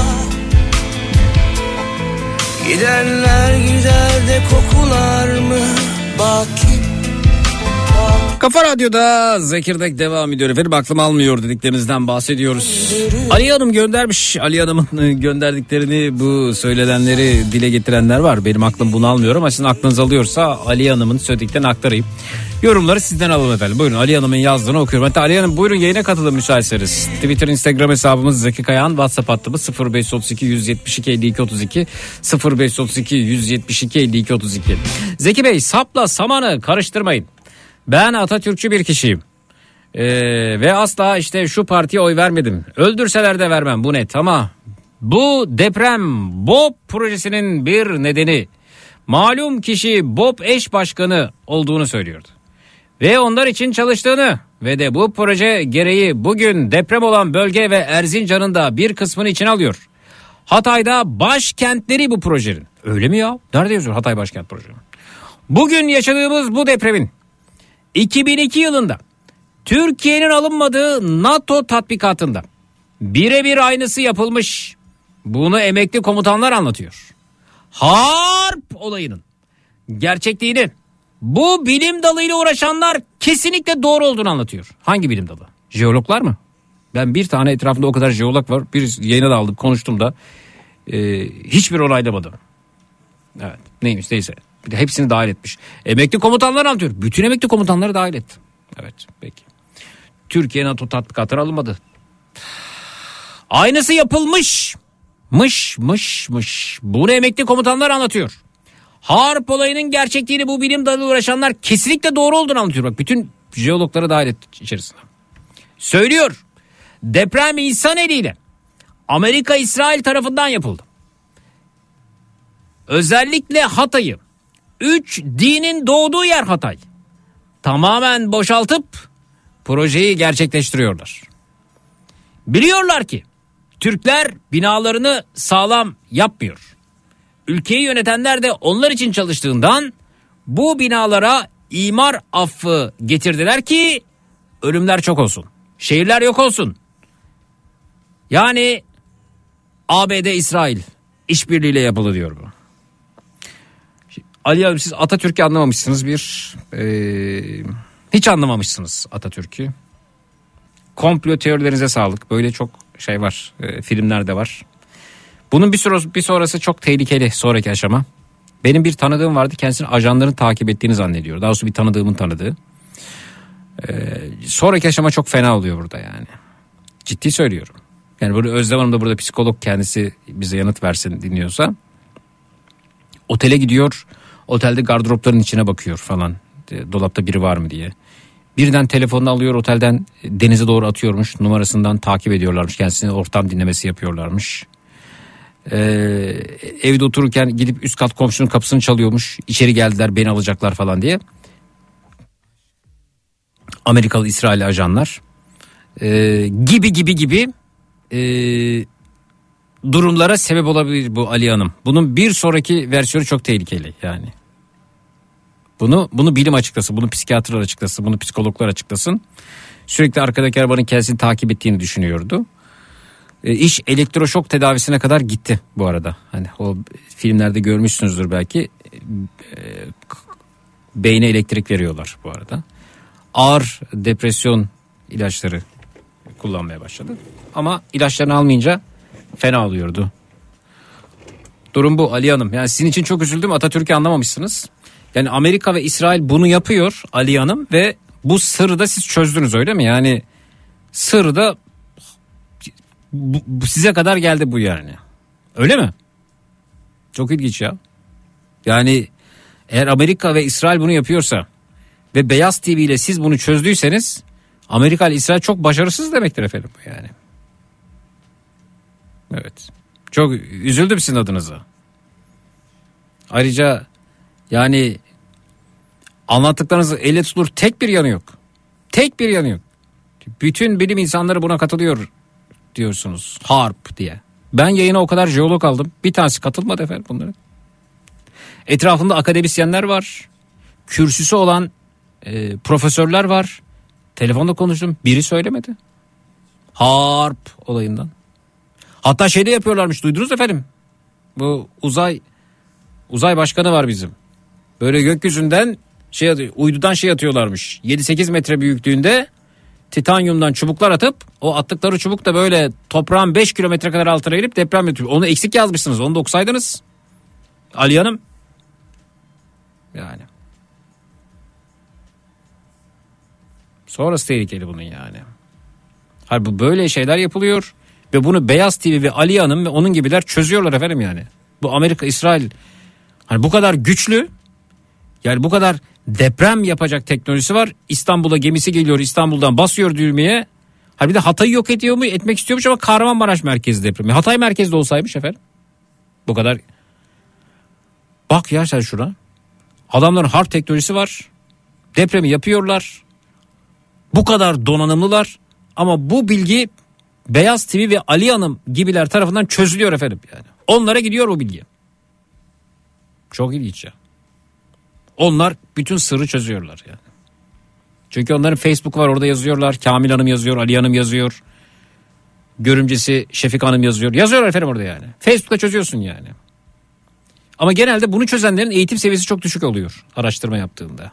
Gidenler gider de kokular mı baki? Kafa Radyo'da Zekirdek devam ediyor efendim. Aklım almıyor dediklerinizden bahsediyoruz. Ali Hanım göndermiş. Ali Hanım'ın gönderdiklerini, bu söylenenleri dile getirenler var. Benim aklım bunu almıyor ama sizin aklınız alıyorsa Ali Hanım'ın söylediklerini aktarayım. Yorumları sizden alalım efendim. Buyurun, Ali Hanım'ın yazdığını okuyorum. Hatta Ali Hanım buyurun yayına katılın müsaitseniz. Twitter, Instagram hesabımız Zeki Kayağan. WhatsApp hattımız sıfır beş otuz iki yüz yetmiş iki elli iki otuz iki sıfır beş otuz iki yüz yetmiş iki elli iki otuz iki. Zeki Bey, sapla samanı karıştırmayın. Ben Atatürkçü bir kişiyim ee, ve asla işte şu partiye oy vermedim. Öldürseler de vermem, bu net. Ama bu deprem BOP projesinin bir nedeni malum kişi BOP eş başkanı olduğunu söylüyordu. Ve onlar için çalıştığını ve de bu proje gereği bugün deprem olan bölge ve Erzincan'ın da bir kısmını içine alıyor. Hatay'da başkentleri bu projenin. Öyle mi ya? Nerede yazıyor Hatay başkent projesi? Bugün yaşadığımız bu depremin iki bin iki yılında Türkiye'nin alınmadığı NATO tatbikatında birebir aynısı yapılmış. Bunu emekli komutanlar anlatıyor. Harp olayının gerçekliğini bu bilim dalıyla uğraşanlar kesinlikle doğru olduğunu anlatıyor. Hangi bilim dalı? Jeologlar mı? Ben bir tane etrafında o kadar jeolog var. Bir yayına da aldım, konuştum da e, hiçbir onaylamadım. Evet, neymiş neyse. Bir de hepsini dahil etmiş. Emekli komutanlar anlatıyor. Bütün emekli komutanları dahil etti. Evet, peki. Türkiye NATO tatbikatına alınmadı. Aynısı yapılmış. Mış mış mış. Bunu emekli komutanlar anlatıyor. Harp olayının gerçekliğini bu bilim dalıyla uğraşanlar kesinlikle doğru olduğunu anlatıyor. Bak, bütün jeologları dahil etti içerisine. Söylüyor. Deprem insan eliyle Amerika İsrail tarafından yapıldı. Özellikle Hatay'ı, üç dinin doğduğu yer Hatay, tamamen boşaltıp projeyi gerçekleştiriyorlar. Biliyorlar ki Türkler binalarını sağlam yapmıyor. Ülkeyi yönetenler de onlar için çalıştığından bu binalara imar affı getirdiler ki ölümler çok olsun, şehirler yok olsun. Yani A B D-İsrail işbirliğiyle yapıldı diyor bu. Ali Hanım, siz Atatürk'ü anlamamışsınız bir. Ee, hiç anlamamışsınız Atatürk'ü. Komplo teorilerinize sağlık. Böyle çok şey var. E, filmlerde var. Bunun bir, sonrası, bir sonrası çok tehlikeli, sonraki aşama. Benim bir tanıdığım vardı. Kendisini ajanların takip ettiğini zannediyor. Daha doğrusu bir tanıdığımın tanıdığı. Ee, sonraki aşama çok fena oluyor burada yani. Ciddi söylüyorum. Yani burada Özlem Hanım da burada psikolog, kendisi bize yanıt versin dinliyorsa. Otele gidiyor. Otelde gardıropların içine bakıyor falan. Dolapta biri var mı diye. Birden telefonunu alıyor, otelden denize doğru atıyormuş. Numarasından takip ediyorlarmış. Kendisine ortam dinlemesi yapıyorlarmış. Ee, evde otururken gidip üst kat komşunun kapısını çalıyormuş. İçeri geldiler, beni alacaklar falan diye. Amerikalı, İsrail ajanlar ee, gibi gibi gibi e, durumlara sebep olabilir bu Ali Hanım. Bunun bir sonraki versiyonu çok tehlikeli yani. Bunu bunu bilim açıklasın, bunu psikiyatrlar açıklasın, bunu psikologlar açıklasın. Sürekli arkadaki arabanın kendisini takip ettiğini düşünüyordu. E, iş elektroşok tedavisine kadar gitti bu arada. Hani o filmlerde görmüşsünüzdür belki. E, beyne elektrik veriyorlar bu arada. Ağır depresyon ilaçları kullanmaya başladı. Ama ilaçlarını almayınca fena oluyordu. Durum bu Ali Hanım. Yani sizin için çok üzüldüm. Atatürk'ü anlamamışsınız. Yani Amerika ve İsrail bunu yapıyor Ali Hanım ve bu sırrı da siz çözdünüz, öyle mi? Yani sırrı da bu, bu size kadar geldi bu yani. Öyle mi? Çok ilginç ya. Yani eğer Amerika ve İsrail bunu yapıyorsa ve Beyaz T V ile siz bunu çözdüyseniz Amerika ile İsrail çok başarısız demektir efendim bu yani. Evet. Çok üzüldüm sizin adınıza. Ayrıca yani anlattıklarınız elle tutulur tek bir yanı yok. Tek bir yanı yok. Bütün bilim insanları buna katılıyor diyorsunuz. Harp diye. Ben yayına o kadar jeolog aldım. Bir tanesi katılmadı efendim bunların. Etrafında akademisyenler var. Kürsüsü olan e, profesörler var. Telefonda konuştum. Biri söylemedi. Harp olayından. Hatta şey de yapıyorlarmış, duydunuz efendim. Bu uzay uzay başkanı var bizim. Böyle gökyüzünden şey atıyor, uydudan şey atıyorlarmış. yedi sekiz metre büyüklüğünde titanyumdan çubuklar atıp o attıkları çubuk da böyle toprağın beş kilometre kadar altına gelip deprem yapıyor. Onu eksik yazmışsınız. Onu da okusaydınız. Ali Hanım. Yani. Sonrası tehlikeli bunun yani. Hayır, bu böyle şeyler yapılıyor ve bunu Beyaz T V ve Ali Hanım ve onun gibiler çözüyorlar efendim yani. Bu Amerika, İsrail hani bu kadar güçlü, yani bu kadar deprem yapacak teknolojisi var. İstanbul'a gemisi geliyor, İstanbul'dan basıyor düğmeye. Ha bir de Hatay'ı yok ediyor mu? Etmek istiyormuş ama Kahramanmaraş merkezi depremi. Hatay merkezde olsaymış efendim. Bu kadar. Bak ya sen şuna. Adamların harp teknolojisi var. Depremi yapıyorlar. Bu kadar donanımlılar. Ama bu bilgi Beyaz T V ve Ali Hanım gibiler tarafından çözülüyor efendim yani. Onlara gidiyor bu bilgi. Çok ilginç ya. Onlar bütün sırrı çözüyorlar yani. Çünkü onların Facebook var, orada yazıyorlar. Kamil Hanım yazıyor, Ali Hanım yazıyor. Görümcesi Şefik Hanım yazıyor. Yazıyorlar efendim orada yani. Facebook'ta çözüyorsun yani. Ama genelde bunu çözenlerin eğitim seviyesi çok düşük oluyor araştırma yaptığında.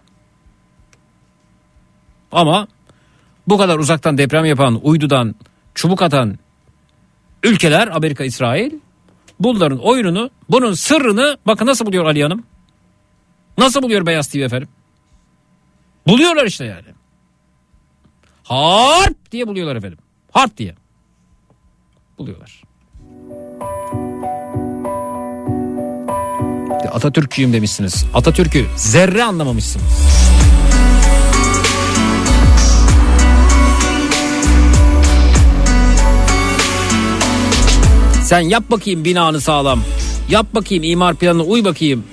Ama bu kadar uzaktan deprem yapan, uydudan çubuk atan ülkeler Amerika, İsrail, bunların oyununu, bunun sırrını bakın nasıl buluyor Ali Hanım. Nasıl buluyor Beyaz T V efendim? Buluyorlar işte yani. Harp diye buluyorlar efendim. Harp diye. Buluyorlar. Atatürkçüyüm demişsiniz. Atatürk'ü zerre anlamamışsınız. Sen yap bakayım binanı sağlam. Yap bakayım imar planına uy bakayım.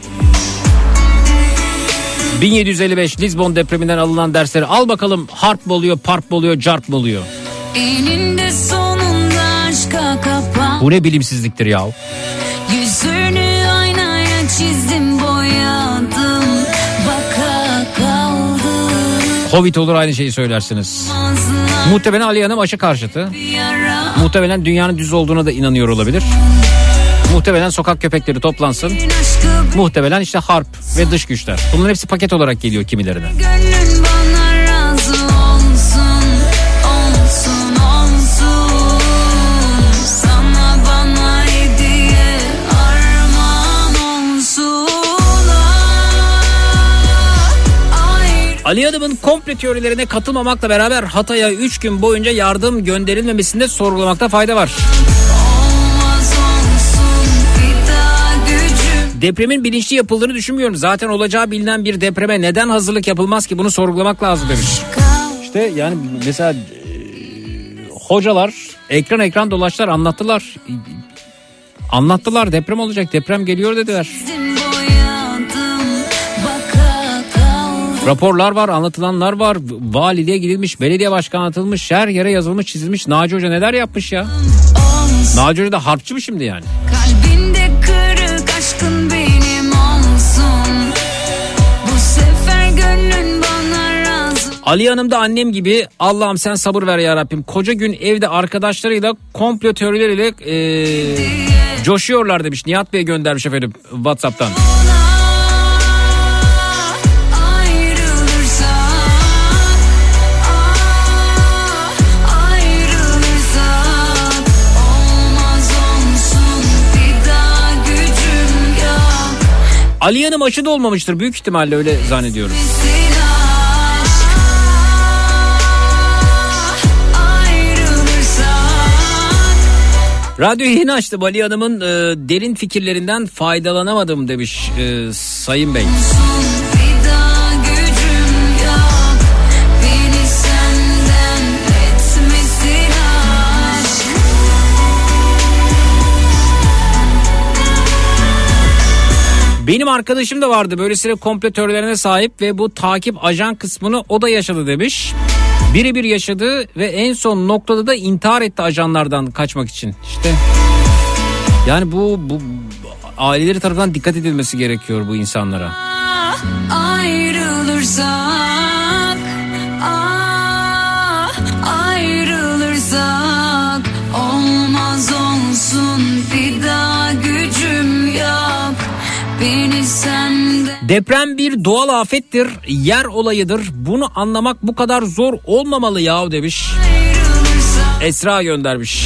bin yedi yüz elli beş Lizbon depreminden alınan dersleri al bakalım, harp mı oluyor, parp mı oluyor, carp mı oluyor? Eninde sonunda aşka kapan. Bu ne bilimsizliktir ya. Yüzünü aynaya çizdim, boyadım, baka kaldım. Covid olur aynı şeyi söylersiniz. Ağzına Muhtemelen Ali Hanım aşı karşıtı. yara. Muhtemelen dünyanın düz olduğuna da inanıyor olabilir. Muhtemelen sokak köpekleri toplansın. Aşkı Muhtemelen işte harp ve dış güçler. Bunların hepsi paket olarak geliyor kimilerine. gönlün bana razı olsun, olsun, olsun. Sana bana hediye armağan olsun. Ay, Ali Hanım'ın komple teorilerine katılmamakla beraber Hatay'a üç gün boyunca yardım gönderilmemesinde sorgulamakta fayda var. Depremin bilinçli yapıldığını düşünmüyorum. Zaten olacağı bilinen bir depreme neden hazırlık yapılmaz ki, bunu sorgulamak lazım demiş. İşte yani mesela e, hocalar ekran ekran dolaştılar, anlattılar. Anlattılar deprem olacak, deprem geliyor dediler. Raporlar var, anlatılanlar var. Valiliğe gidilmiş, belediye başkanı atılmış, her yere yazılmış, çizilmiş. Naci Hoca neler yapmış ya? Naci Hoca da harpçı mı şimdi yani? Kalbinde kırık aşkın benim olsun. Bu sefer gönlün bana razı. Ali Hanım da annem gibi, Allah'ım sen sabır ver ya Rabbim. Koca gün evde arkadaşlarıyla komplo teorileriyle ee, coşuyorlar demiş. Nihat Bey göndermiş efendim WhatsApp'tan. Ali Hanım aşı da olmamıştır büyük ihtimalle, öyle zannediyorum. Radyoyu yeni açtım. Ali Hanım'ın e, derin fikirlerinden faydalanamadım demiş e, Sayın Bey. Benim arkadaşım da vardı böylesine komplo teorilerine sahip ve bu takip ajan kısmını o da yaşadı demiş. Birebir yaşadı ve en son noktada da intihar etti ajanlardan kaçmak için. İşte yani bu, bu aileleri tarafından dikkat edilmesi gerekiyor bu insanlara. Ayrılırsak, ah, ayrılırsak olmaz olsun, bir daha gücüm yok. Beni senden... Deprem bir doğal afettir, yer olayıdır. Bunu anlamak bu kadar zor olmamalı yahu demiş. Esra göndermiş.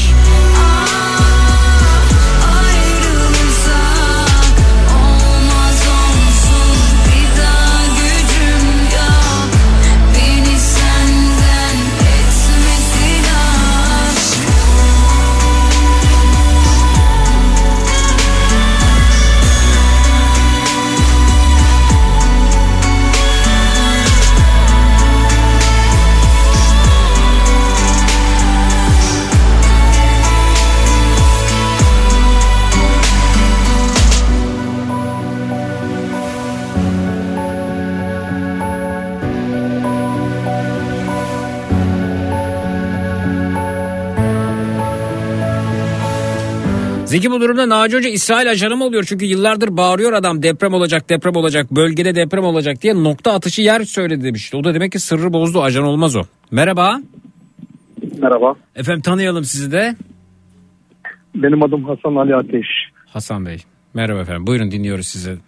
Zeki bu durumda Naci Hoca İsrail ajanı mı oluyor? Çünkü yıllardır bağırıyor adam, deprem olacak, deprem olacak, bölgede deprem olacak diye nokta atışı yer söyledi demiş. O da demek ki sırrı bozdu, ajan olmaz o. Merhaba. Merhaba. Efendim tanıyalım sizi de. Benim adım Hasan Ali Ateş. Hasan Bey. Merhaba efendim. Buyurun dinliyoruz sizi. Ee,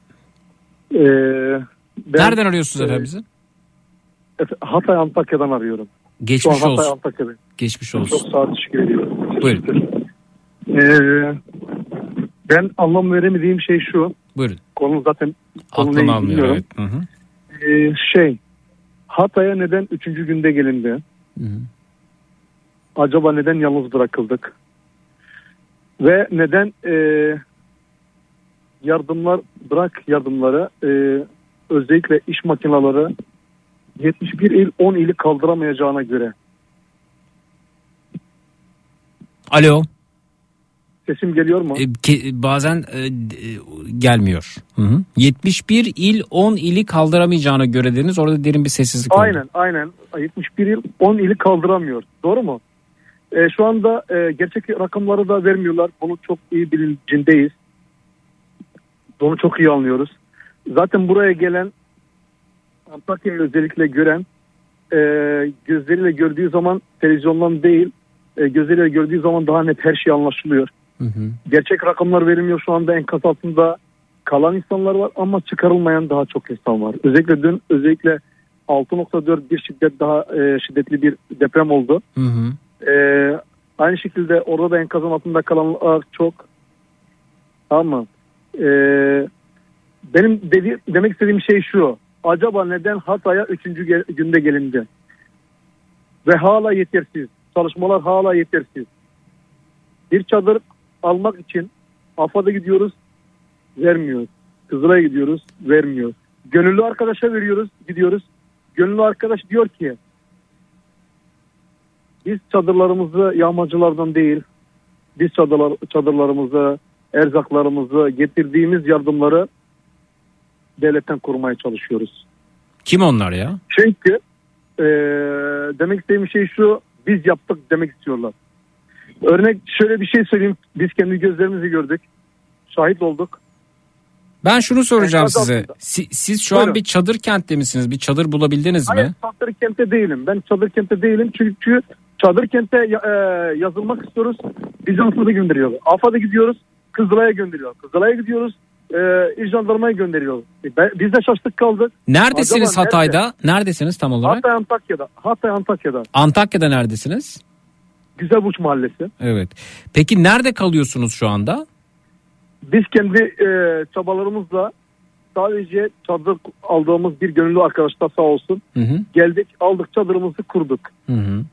ben, Nereden arıyorsunuz e, efendim bizi? Hatay Antakya'dan arıyorum. Geçmiş Şu an Hatay olsun. Antakya'dayım. Geçmiş olsun. Çok sağ ol, teşekkür ediyorum. Buyurun. Ee, ben anlam veremediğim şey şu. Buyurun. Konu zaten konu Aklım neydi almıyor. bilmiyorum. Evet. Hı hı. Ee, şey Hatay'a neden üçüncü günde gelindi? Hı hı. Acaba neden yalnız bırakıldık? Ve neden e, yardımlar, bırak yardımları, e, özellikle iş makineleri yetmiş bir il on ili kaldıramayacağına göre. Alo. Sesim geliyor mu? E, ke, bazen e, e, gelmiyor. Hı hı. yetmiş bir il on ili kaldıramayacağına göre dediniz. Orada derin bir sessizlik oldu. Aynen aynen. yetmiş bir il on ili kaldıramıyor. Doğru mu? E, şu anda e, gerçek rakamları da vermiyorlar. Bunu çok iyi bilincindeyiz. Bunu çok iyi anlıyoruz. Zaten buraya gelen, Antakya'yı özellikle gören, e, gözleriyle gördüğü zaman televizyondan değil, e, gözleriyle gördüğü zaman daha net her şey anlaşılıyor. Hı hı. Gerçek rakamlar verilmiyor. Şu anda enkaz altında kalan insanlar var ama çıkarılmayan daha çok insan var. Özellikle dün özellikle altı nokta dört bir şiddet daha e, şiddetli bir deprem oldu. Hı hı. E, aynı şekilde orada da enkazın altında kalanlar çok. Ama e, benim dedi, demek istediğim şey şu. acaba neden Hatay'a üçüncü ge- günde gelindi? Ve hala yetersiz. Çalışmalar hala yetersiz. Bir çadır almak için AFAD'a gidiyoruz, vermiyor. Kızılay'a gidiyoruz, vermiyor. Gönüllü arkadaşa veriyoruz, gidiyoruz. Gönüllü arkadaş diyor ki biz çadırlarımızı yağmacılardan değil, biz çadırlar, çadırlarımızı, erzaklarımızı, getirdiğimiz yardımları devletten korumaya çalışıyoruz. Kim onlar ya? Çünkü e, demek istediğim şey şu, biz yaptık demek istiyorlar. Örnek şöyle bir şey söyleyeyim, biz kendi gözlerimizle gördük, şahit olduk. Ben şunu soracağım Enkaz size. altında. Si- siz şu Buyurun. an bir çadır kentte misiniz? Bir çadır bulabildiniz Hayır, mi? çadır kente değilim. Ben çadır kente değilim çünkü çadır kente e, yazılmak istiyoruz. Bizi AFAD'a gönderiyorlar. AFAD'a gidiyoruz, Kızılay'a gönderiyor. Kızılay'a gidiyoruz, e, İl Jandarma'ya gönderiyor. E, ben, biz de şaştık kaldık. Neredesiniz Acaba Hatay'da? Neredesiniz tam olarak? Hatay Antakya'da. Hatay Antakya'da. Antakya'da neredesiniz? Güzelbuç Mahallesi. Evet. Peki nerede kalıyorsunuz şu anda? Biz kendi e, çabalarımızla sadece çadır aldığımız bir gönüllü arkadaş da sağ olsun. Hı hı. Geldik, aldık, çadırımızı kurduk. Hı hı.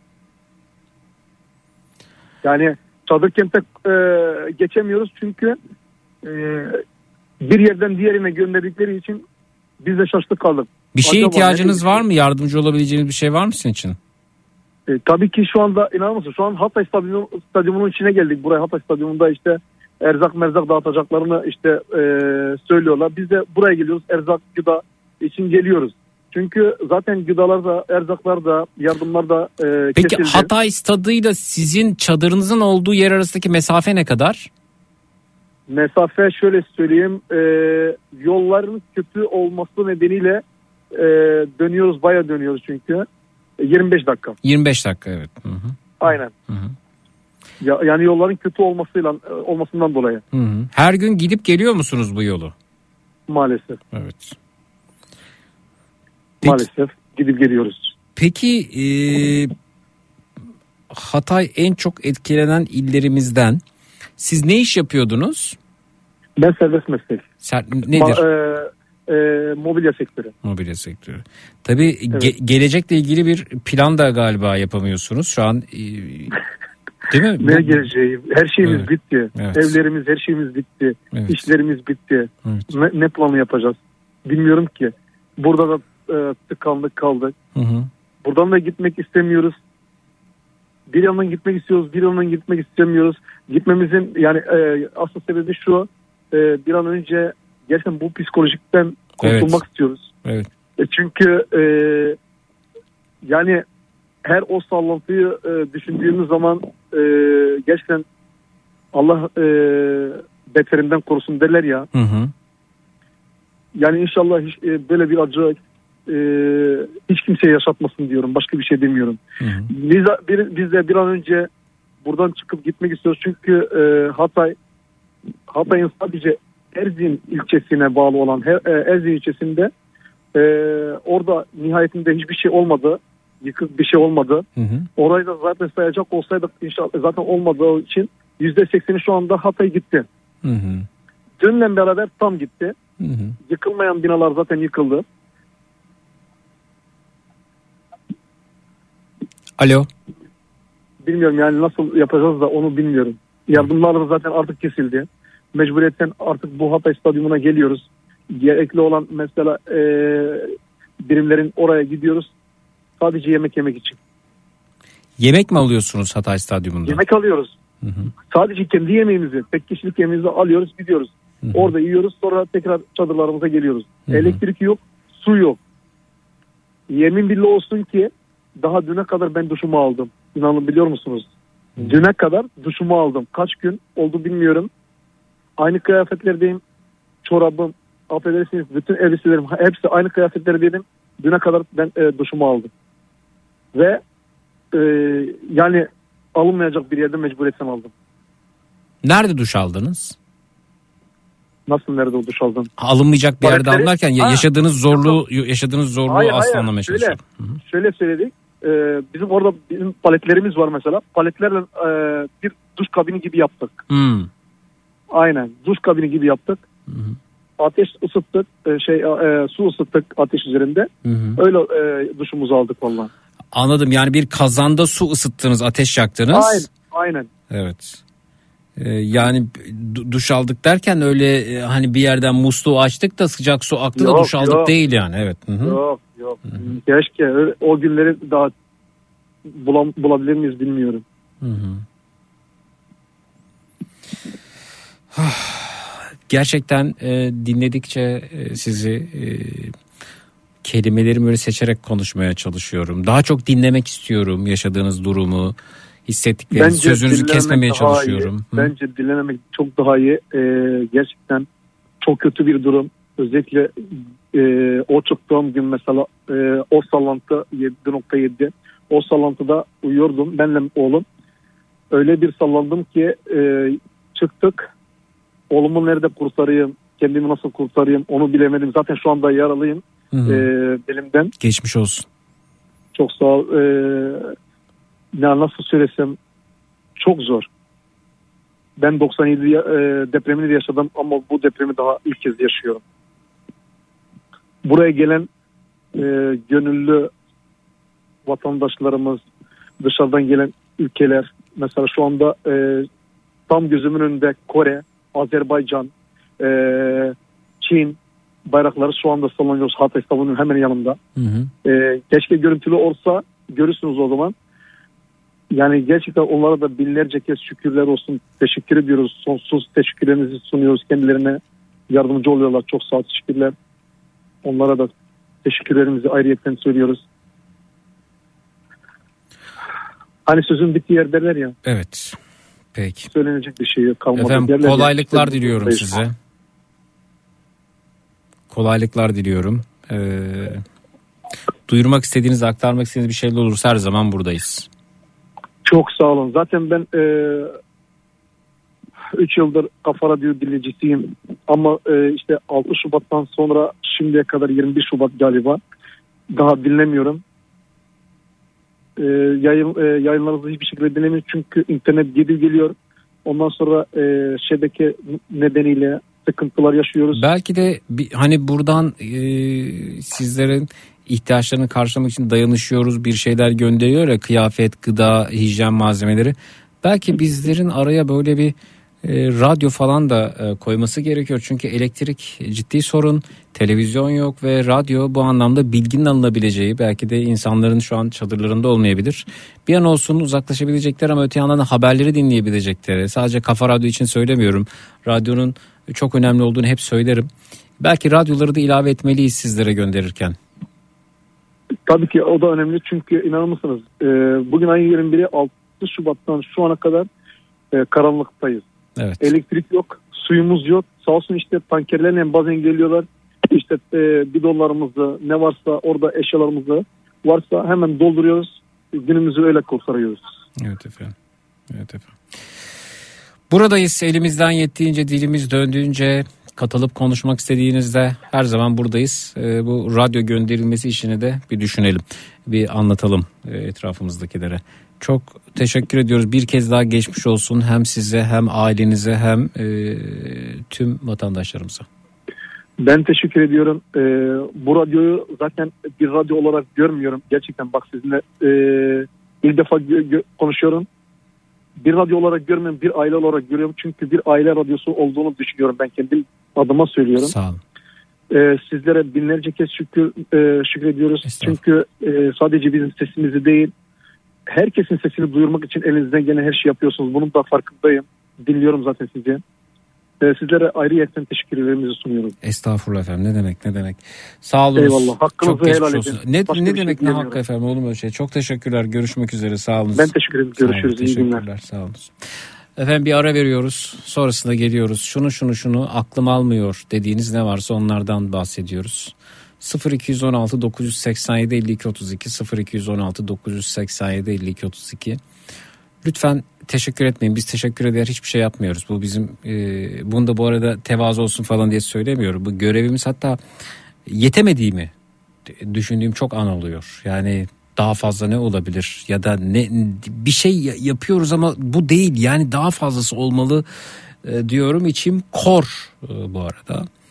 Yani çadır kente e, geçemiyoruz çünkü e, bir yerden diğerine gönderdikleri için biz de şaştık kaldık. Bir şeye Acaba ihtiyacınız ne- var mı? Yardımcı olabileceğiniz bir şey var mı sizin için? E, tabii ki şu anda inanır mısın? Şu an Hatay Stadyumu, stadyumunun içine geldik. Buraya Hatay Stadyumunda işte erzak merzak dağıtacaklarını işte e, söylüyorlar. Biz de buraya geliyoruz. Erzak, gıda için geliyoruz. Çünkü zaten gıdalar da, erzaklar da, yardımlar da e, Peki kesildi. Hatay stadıyla sizin çadırınızın olduğu yer arasındaki mesafe ne kadar? Mesafe şöyle söyleyeyim. E, yolların kötü olması nedeniyle e, dönüyoruz. Baya dönüyoruz çünkü. E, yirmi beş dakika. yirmi beş dakika evet. Hı hı. Aynen. Hı hı. Ya, yani yolların kötü olmasıyla e, olmasından dolayı Hı hı. Her gün gidip geliyor musunuz bu yolu? maalesef. Evet. Peki- Maalesef gidip geliyoruz. Peki e, Hatay en çok etkilenen illerimizden. Siz ne iş yapıyordunuz? Ben serbest meslek. Sen, nedir? Ma- e, e, mobilya sektörü. Mobilya sektörü. Tabii ge- gelecekle ilgili bir plan da galiba yapamıyorsunuz. Şu an e, değil mi? Ne Bu- geleceği? Her şeyimiz Evet. bitti. Evet. Evlerimiz, her şeyimiz bitti. Evet. İşlerimiz bitti. Evet. Ne, ne planı yapacağız? Bilmiyorum ki. Burada da e, tıkandık kaldık. Hı hı. Buradan da gitmek istemiyoruz. Bir yandan gitmek istiyoruz, bir yandan gitmek istemiyoruz. Gitmemizin yani e, asıl sebebi şu. E, bir an önce gerçekten bu psikolojikten kurtulmak Evet. istiyoruz. Evet. E, çünkü e, yani her o sallantıyı e, düşündüğümüz zaman e, gerçekten Allah e, beterinden korusun derler ya. Hı hı. Yani inşallah hiç, e, böyle bir acı e, hiç kimseye yaşatmasın diyorum. Başka bir şey demiyorum. Hı hı. Biz, bir, biz de bir an önce buradan çıkıp gitmek istiyoruz. Çünkü e, Hatay Hatay'ın sadece Erzin ilçesine bağlı olan Her- e, Erzin ilçesinde e, orada nihayetinde hiçbir şey olmadı. Yıkık bir şey olmadı. Hı hı. Orayı da zaten sayacak olsaydık inşallah zaten olmadığı için yüzde sekseni şu anda Hatay gitti. Hı hı. Dünle beraber tam gitti. Hı hı. Yıkılmayan binalar zaten yıkıldı. Alo. Bilmiyorum yani nasıl yapacağız da onu bilmiyorum. Yardımlar da zaten artık kesildi. Mecburiyetten artık bu Hatay Stadyumuna geliyoruz. Gerekli olan mesela e, birimlerin oraya gidiyoruz. Sadece yemek yemek için. Yemek mi alıyorsunuz Hatay Stadyumunda? Yemek alıyoruz. Hı hı. Sadece kendi yemeğimizi, tek kişilik yemeğimizi alıyoruz, gidiyoruz. Hı hı. Orada yiyoruz, sonra tekrar çadırlarımıza geliyoruz. Hı hı. Elektrik yok, su yok. Yemin billah olsun ki daha düne kadar ben duşumu aldım. İnanın biliyor musunuz? Düne kadar duşumu aldım. Kaç gün oldu bilmiyorum. Aynı kıyafetlerdeyim. Çorabım, affedersiniz bütün elbiselerim hepsi aynı kıyafetlerdeydim. Düne kadar ben e, duşumu aldım. Ve e, yani alınmayacak bir yerde mecburiyetten aldım. Nerede duş aldınız? Nasıl nerede o duş aldın? Alınmayacak bir yerde Paletleri- alınırken ya- Ha. yaşadığınız zorluğu yaşadığınız zorluğu Hayır, aslında hayır. anlamaya Şöyle. çalışıyorum. Hı hı. Şöyle söyledik. E, bizim orada bizim paletlerimiz var mesela. Paletlerle e, bir duş kabini gibi yaptık. Hmm. Aynen. Duş kabini gibi yaptık. Hı hı. ateş ısıttık, e, şey e, su ısıttık ateş üzerinde. Hı hı. Öyle e, duşumuzu aldık vallahi. Anladım, yani bir kazanda su ısıttınız, ateş yaktınız. Aynen, aynen. Evet. Ee, yani du- duş aldık derken öyle e, hani bir yerden musluğu açtık da sıcak su aktı Yok, da duş aldık yok. değil yani. Evet. Hı-hı. Yok yok. Keşke öyle, o günleri daha bulam, bulabilir miyiz bilmiyorum. Hı-hı. Gerçekten e, dinledikçe e, sizi e, kelimelerimi böyle seçerek konuşmaya çalışıyorum. Daha çok dinlemek istiyorum yaşadığınız durumu, hissettiklerinizi, sözünüzü dinlememek kesmemeye daha çalışıyorum. iyi. Bence dinlememek çok daha iyi. Ee, gerçekten çok kötü bir durum. Özellikle e, o çıktığım gün mesela e, o sallantı yedi nokta yedi. O sallantıda uyuyordum benle oğlum. Öyle bir sallandım ki e, çıktık. Oğlumu nerede kurtarayım, kendimi nasıl kurtarayım onu bilemedim. Zaten şu anda yaralıyım Hı e, hı. belimden. Geçmiş olsun. Çok sağ ol. E, ya nasıl söylesem çok zor. Ben doksan yedi e, depremini de yaşadım ama bu depremi daha ilk kez yaşıyorum. Buraya gelen e, gönüllü vatandaşlarımız, dışarıdan gelen ülkeler, mesela şu anda e, tam gözümün önünde Kore, Azerbaycan, e, Çin bayrakları şu anda sallanıyor Hatay Stadı'nın hemen yanında. Hı hı. E, keşke görüntülü olsa, görürsünüz o zaman. Yani gerçekten onlara da binlerce kez şükürler olsun. Teşekkür ediyoruz. Sonsuz teşekkürlerimizi sunuyoruz kendilerine. Yardımcı oluyorlar. Çok sağ ol, teşekkürler. Onlara da teşekkürlerimizi ayrıyetten söylüyoruz. Hani sözün bittiği yer derler ya. Evet. Peki. Söylenecek bir şey yok. Kalmadı. Efendim Derler ya, kolaylıklar işte diliyorum buradayız. size. Kolaylıklar diliyorum. Ee, duyurmak istediğiniz, aktarmak istediğiniz bir şeyler olursa her zaman buradayız. Çok sağ olun. Zaten ben üç yıldır Kafa Radyo dinleyicisiyim. Ama e, işte altı Şubat'tan sonra şimdiye kadar yirmi bir Şubat galiba daha dinlemiyorum. E, yayın, e, yayınlarınızı hiçbir şekilde dinlemiyorum. Çünkü internet geri geliyor. Ondan sonra e, şebeke nedeniyle sıkıntılar yaşıyoruz. Belki de bir, hani buradan e, sizlerin ihtiyaçlarını karşılamak için dayanışıyoruz, bir şeyler gönderiyor ya, kıyafet, gıda, hijyen malzemeleri. Belki bizlerin araya böyle bir e, radyo falan da e, koyması gerekiyor. Çünkü elektrik ciddi sorun, televizyon yok ve radyo bu anlamda bilginin alınabileceği, belki de insanların şu an çadırlarında olmayabilir. Bir an olsun uzaklaşabilecekler ama öte yandan da haberleri dinleyebilecekleri. Sadece Kafa Radyo için söylemiyorum. Radyonun çok önemli olduğunu hep söylerim. Belki radyoları da ilave etmeliyiz sizlere gönderirken. Tabii ki o da önemli çünkü inanır mısınız e, bugün ayın yirmi biri altı Şubat'tan şu ana kadar e, karanlıktayız. Evet. Elektrik yok, suyumuz yok. Sağ olsun işte tankerlerle bazen geliyorlar. İşte e, bidonlarımızı ne varsa orada eşyalarımızı varsa hemen dolduruyoruz. Günümüzü öyle kurtarıyoruz. Evet efendim. Evet efendim. Buradayız, elimizden yettiğince, dilimiz döndüğünce, katılıp konuşmak istediğinizde her zaman buradayız. E, bu radyo gönderilmesi işini de bir düşünelim. Bir anlatalım e, etrafımızdakilere. Çok teşekkür ediyoruz. Bir kez daha geçmiş olsun hem size hem ailenize hem e, tüm vatandaşlarımıza. Ben teşekkür ediyorum. Ee, bu radyoyu zaten bir radyo olarak görmüyorum. Gerçekten bak sizinle e, ilk defa gö- gö- konuşuyorum. Bir radyo olarak görmüyorum, bir aile olarak görüyorum. Çünkü bir aile radyosu olduğunu düşünüyorum. Ben kendi adıma söylüyorum. Sağ olun. Ee, sizlere binlerce kez şükür, e, şükür ediyoruz. Çünkü e, sadece bizim sesimizi değil, herkesin sesini duyurmak için elinizden gelen her şeyi yapıyorsunuz. Bunun da farkındayım. Dinliyorum zaten sizi. Ee, sizlere ayrıyetten teşekkürlerimizi sunuyorum. Estağfurullah efendim, ne demek ne demek. Sağ olun. Eyvallah. Hakkınızı Çok geçmiş helal olsun. edin. Ne, Başka ne bir şey demek ne diyemiyorum. hakkı efendim, olur mu öyle şey. Çok teşekkürler, görüşmek üzere, sağ olun. Ben teşekkür ederim. Görüşürüz. Sağ olun, İyi günler. teşekkürler, sağ olun. Efendim bir ara veriyoruz. Sonrasında geliyoruz. Şunu şunu şunu aklım almıyor dediğiniz ne varsa onlardan bahsediyoruz. sıfır iki on altı dokuz seksen yedi elli iki otuz iki sıfır iki on altı dokuz seksen yedi elli iki otuz iki. Lütfen teşekkür etmeyin. Biz teşekkür eder hiçbir şey yapmıyoruz. Bu bizim e, bunu da bu arada tevazu olsun falan diye söylemiyorum. Bu görevimiz, hatta yetemediğimi düşündüğüm çok an oluyor. Yani daha fazla ne olabilir ya da ne bir şey yapıyoruz ama bu değil, yani daha fazlası olmalı e, diyorum, içim kor e, bu arada.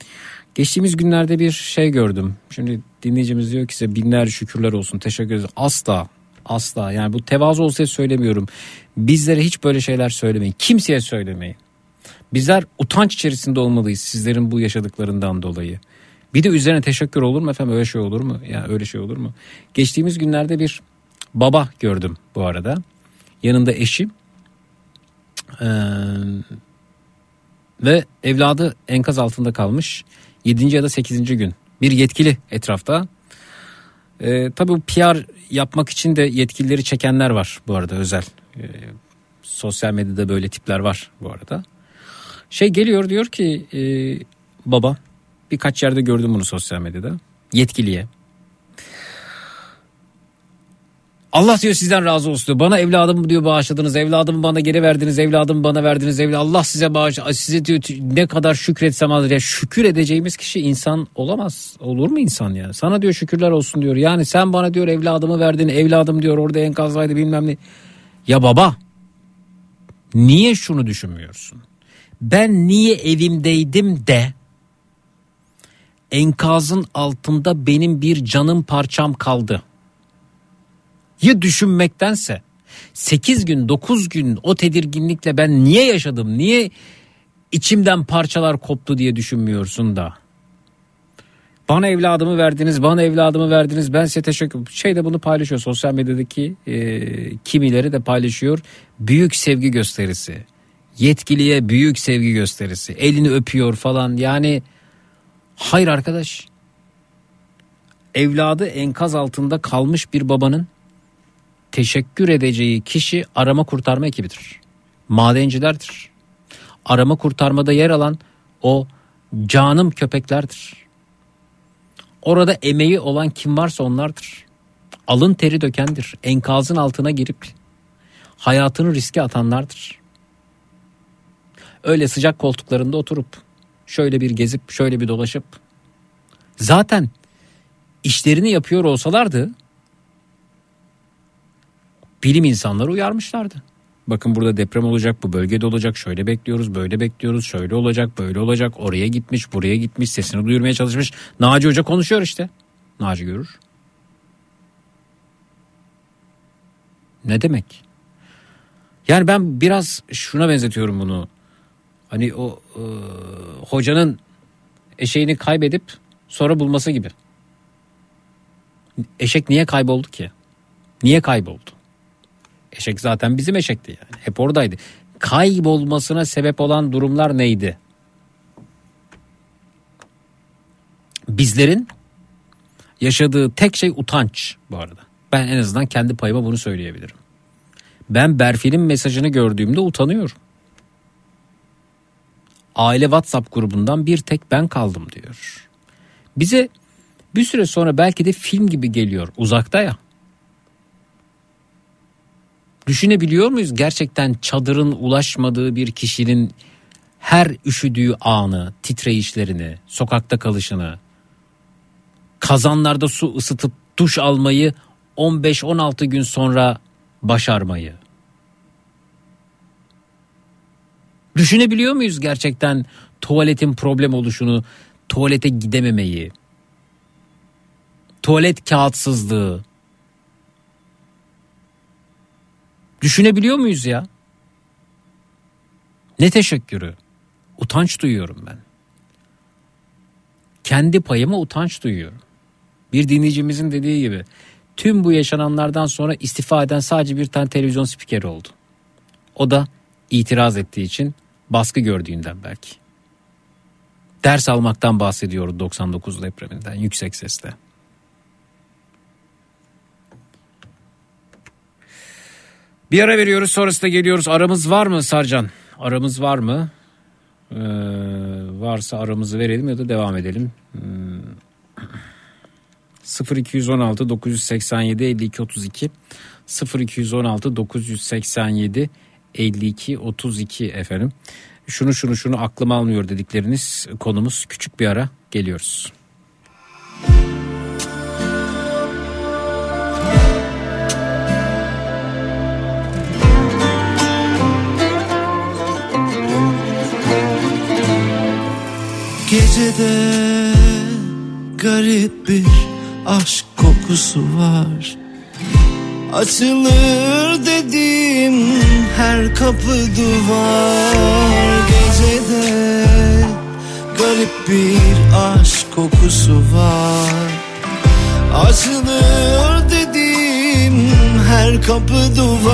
Geçtiğimiz günlerde bir şey gördüm. Şimdi dinleyicimiz diyor ki size binlerce şükürler olsun, teşekkür ederiz. Asla, asla, yani bu tevazu olsa söylemiyorum. Bizlere hiç böyle şeyler söylemeyin. Kimseye söylemeyin. Bizler utanç içerisinde olmalıyız sizlerin bu yaşadıklarından dolayı. Bir de üzerine teşekkür olur mu efendim, öyle şey olur mu? Ya öyle şey olur mu? Geçtiğimiz günlerde bir baba gördüm bu arada. Yanında eşi. Ee, ve evladı enkaz altında kalmış. yedinci ya da sekizinci gün. Bir yetkili etrafta. Ee, tabii bu P R yapmak için de yetkilileri çekenler var bu arada, özel. Ee, sosyal medyada böyle tipler var bu arada. Şey geliyor, diyor ki e, baba, birkaç yerde gördüm bunu sosyal medyada, yetkiliye. Allah diyor sizden razı olsun diyor. Bana evladımı diyor bağışladınız. Evladımı bana geri verdiniz. Evladımı bana verdiniz. Evladım, Allah size bağış. Size diyor ne kadar şükretsem azdır. Ya şükür edeceğimiz kişi insan olamaz. Olur mu insan ya? Sana diyor şükürler olsun diyor. Yani sen bana diyor evladımı verdin. Evladım diyor orada enkazdaydı bilmem ne. Ya baba, niye şunu düşünmüyorsun? Ben niye evimdeydim de enkazın altında benim bir canım parçam kaldı? Ya düşünmektense sekiz gün dokuz gün o tedirginlikle ben niye yaşadım, niye içimden parçalar koptu diye düşünmüyorsun da. Bana evladımı verdiniz, bana evladımı verdiniz, ben size teşekkür. Şey de bunu paylaşıyor, sosyal medyadaki e, kimileri de paylaşıyor. Büyük sevgi gösterisi, yetkiliye büyük sevgi gösterisi, elini öpüyor falan. Yani hayır arkadaş, evladı enkaz altında kalmış bir babanın teşekkür edeceği kişi arama kurtarma ekibidir. Madencilerdir. Arama kurtarmada yer alan o canım köpeklerdir. Orada emeği olan kim varsa onlardır. Alın teri dökendir. Enkazın altına girip hayatını riske atanlardır. Öyle sıcak koltuklarında oturup şöyle bir gezip şöyle bir dolaşıp zaten işlerini yapıyor olsalardı bilim insanları uyarmışlardı. Bakın burada deprem olacak, bu bölgede olacak, şöyle bekliyoruz, böyle bekliyoruz, şöyle olacak, böyle olacak, oraya gitmiş, buraya gitmiş, sesini duyurmaya çalışmış. Naci Hoca konuşuyor işte. Naci görür. Ne demek? Yani ben biraz şuna benzetiyorum bunu. Hani o e, hocanın eşeğini kaybedip sonra bulması gibi. Eşek niye kayboldu ki? Niye kayboldu? Eşek zaten bizim eşekti yani. Hep oradaydı. Kaybolmasına sebep olan durumlar neydi? Bizlerin yaşadığı tek şey utanç bu arada. Ben en azından kendi payıma bunu söyleyebilirim. Ben Berfin'in mesajını gördüğümde utanıyorum. Aile WhatsApp grubundan bir tek ben kaldım diyor. Bize bir süre sonra belki de film gibi geliyor. Uzakta ya. Düşünebiliyor muyuz gerçekten çadırın ulaşmadığı bir kişinin her üşüdüğü anı, titreyişlerini, sokakta kalışını, kazanlarda su ısıtıp duş almayı on beş on altı gün sonra başarmayı? Düşünebiliyor muyuz gerçekten tuvaletin problem oluşunu, tuvalete gidememeyi, tuvalet kağıtsızlığı? Düşünebiliyor muyuz ya? Ne teşekkürü? Utanç duyuyorum ben. Kendi payıma utanç duyuyorum. Bir dinleyicimizin dediği gibi tüm bu yaşananlardan sonra istifa eden sadece bir tane televizyon spikeri oldu. O da itiraz ettiği için, baskı gördüğünden belki. Ders almaktan bahsediyordu doksan dokuz depreminden yüksek sesle. Bir ara veriyoruz, sonrasında geliyoruz. Aramız var mı Sarcan? Aramız var mı? Ee, varsa aramızı verelim ya da devam edelim. Hmm. sıfır iki on altı dokuz yüz seksen yedi elli iki otuz iki sıfır iki on altı dokuz yüz seksen yedi elli iki otuz iki efendim. Şunu şunu şunu aklım almıyor dedikleriniz konumuz. Küçük bir ara, geliyoruz. Gecede garip bir aşk kokusu var. Açılır dediğim her kapı duvar. Gecede garip bir aşk kokusu var. Açılır dediğim her kapı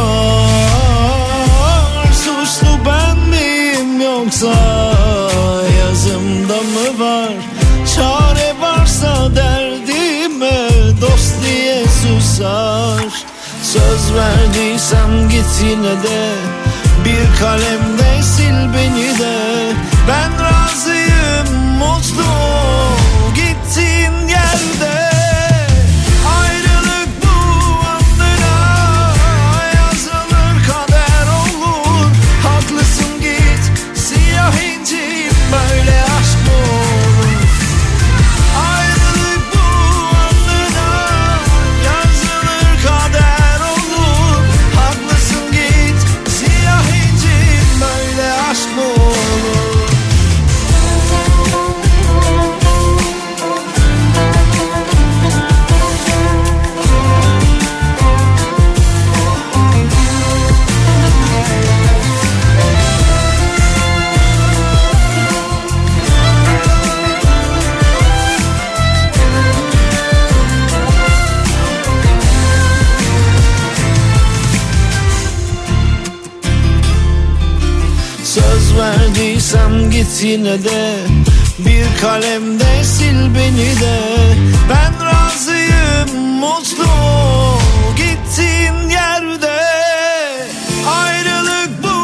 duvar. Suçlu ben miyim yoksa yazımda mı var? Çare varsa derdime dost diye susar. Söz verdiysem git yine de bir kalemde sil beni de. Ben razıyım mutlu ol gittiğin yerde. Ayrılık bu andına yazılır kader olur. Haklısın git siyah inciyim böyle aşk mı olur? Ayrılık bu andına yazılır kader olur. Haklısın git siyah inciyim böyle aşk mı olur? Söz verdiysem git yine de bir kalemde sil beni de. Ben razıyım mutlu ol gittiğin yerde. Ayrılık bu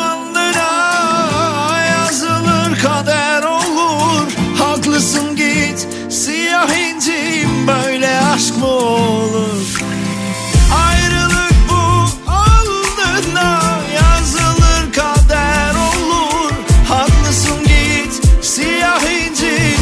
andına yazılır kader olur. Haklısın git siyah inciyim böyle aşk mı olur? Ayrılık bu andına yazılır kader olur. Haklısın git siyah inciyim.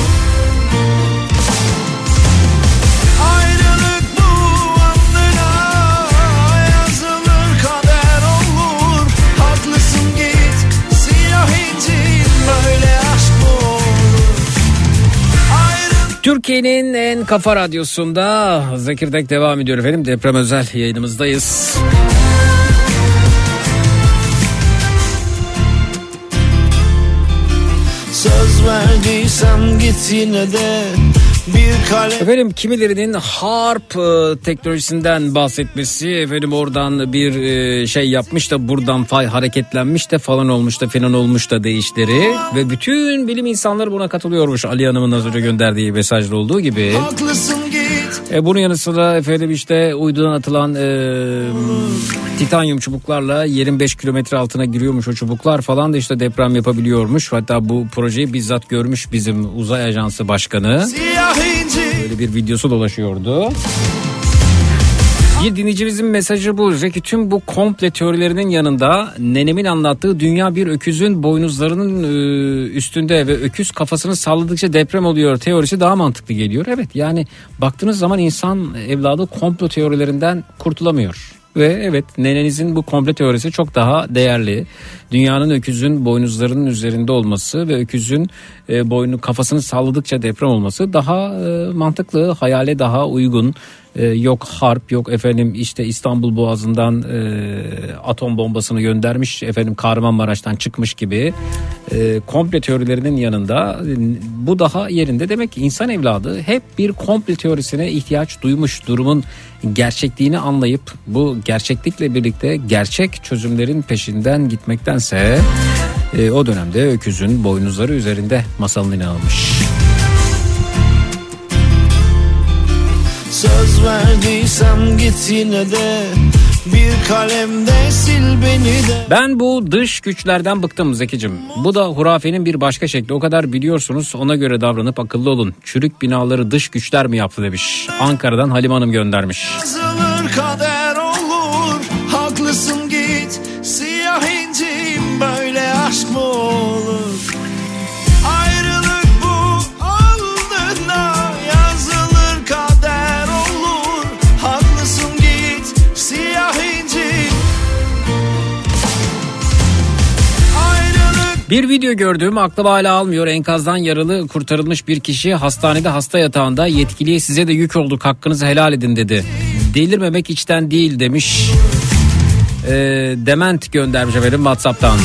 Ayrılık bu andına yazılır kader olur. Haklısın git siyah inciyim böyle aşk mı olur? Ayrılık... Türkiye'nin en kafa radyosunda Zekirdek devam ediyor efendim. Deprem özel yayınımızdayız. Söz verdiysem git yine de bir kalem. Efendim kimilerinin harp e, teknolojisinden bahsetmesi, efendim oradan bir e, şey yapmış da buradan fay hareketlenmiş de falan olmuş da filan olmuş da değişleri ve bütün bilim insanları buna katılıyormuş. Ali Hanım'ın az önce gönderdiği mesajda olduğu gibi. Haklısın git. E, bunun yanı sıra efendim işte uydudan atılan e, titanyum çubuklarla yirmi beş kilometre altına giriyormuş o çubuklar falan da işte deprem yapabiliyormuş. Hatta bu projeyi bizzat görmüş bizim uzay ajansı başkanı. Böyle bir videosu dolaşıyordu. Bir dinleyicimizin mesajı bu. Zeki tüm bu komple teorilerinin yanında nenemin anlattığı dünya bir öküzün boynuzlarının üstünde ve öküz kafasını salladıkça deprem oluyor teorisi daha mantıklı geliyor. Evet yani baktığınız zaman insan evladı komplo teorilerinden kurtulamıyor. Ve evet nenenizin bu komple teorisi çok daha değerli. Dünyanın öküzün boynuzlarının üzerinde olması ve öküzün e, boynu kafasını salladıkça deprem olması daha e, mantıklı, hayale daha uygun. E, yok harp, yok efendim işte İstanbul Boğazı'ndan e, atom bombasını göndermiş, efendim Kahramanmaraş'tan çıkmış gibi e, komple teorilerinin yanında e, bu daha yerinde. Demek ki insan evladı hep bir komple teorisine ihtiyaç duymuş, durumun gerçekliğini anlayıp bu gerçeklikle birlikte gerçek çözümlerin peşinden gitmektense e, o dönemde öküzün boynuzları üzerinde masalını inanmış. Söz verdiysem git yine de bir kalemde sil beni de. Ben bu dış güçlerden bıktım Zekicim. Bu da hurafenin bir başka şekli. O kadar biliyorsunuz, ona göre davranıp akıllı olun. Çürük binaları dış güçler mi yaptı demiş. Ankara'dan Halim Hanım göndermiş. Yazılır kader olur. Haklısın git siyah inciyim böyle aşk mı olur? Ayrılık bu alnına yazılır kader olur. Haklısın git siyah inciyim. Ayrılık. Bir video gördüğüm aklım hala almıyor. Enkazdan yaralı kurtarılmış bir kişi hastanede hasta yatağında, yetkiliye size de yük olduk hakkınızı helal edin dedi. Delirmemek içten değil demiş. Ee, Dement göndermiş efendim WhatsApp'tan.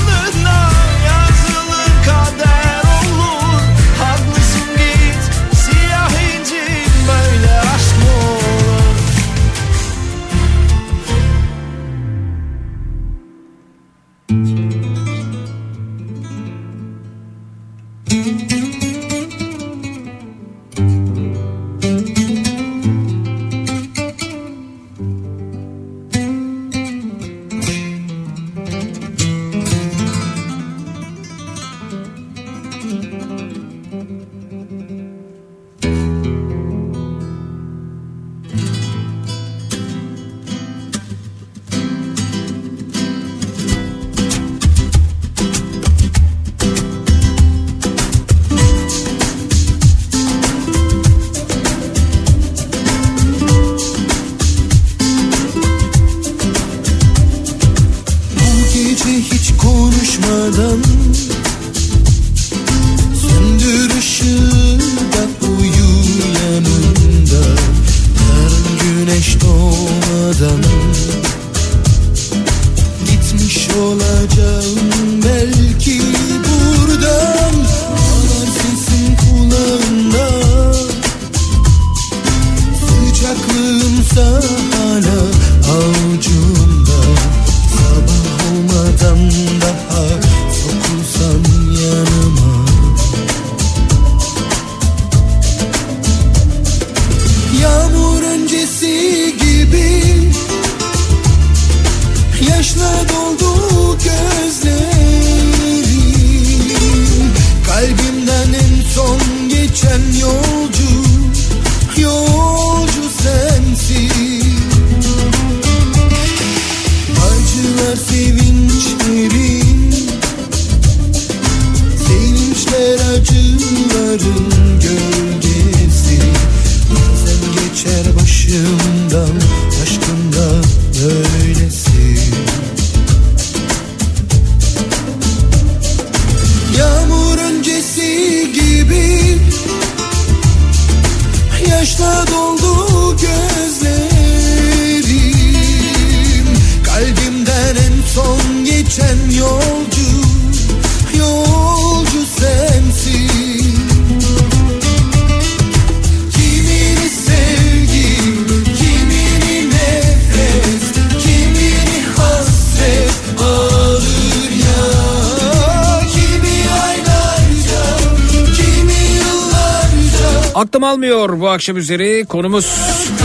Aklım almıyor bu akşam üzeri konumuz.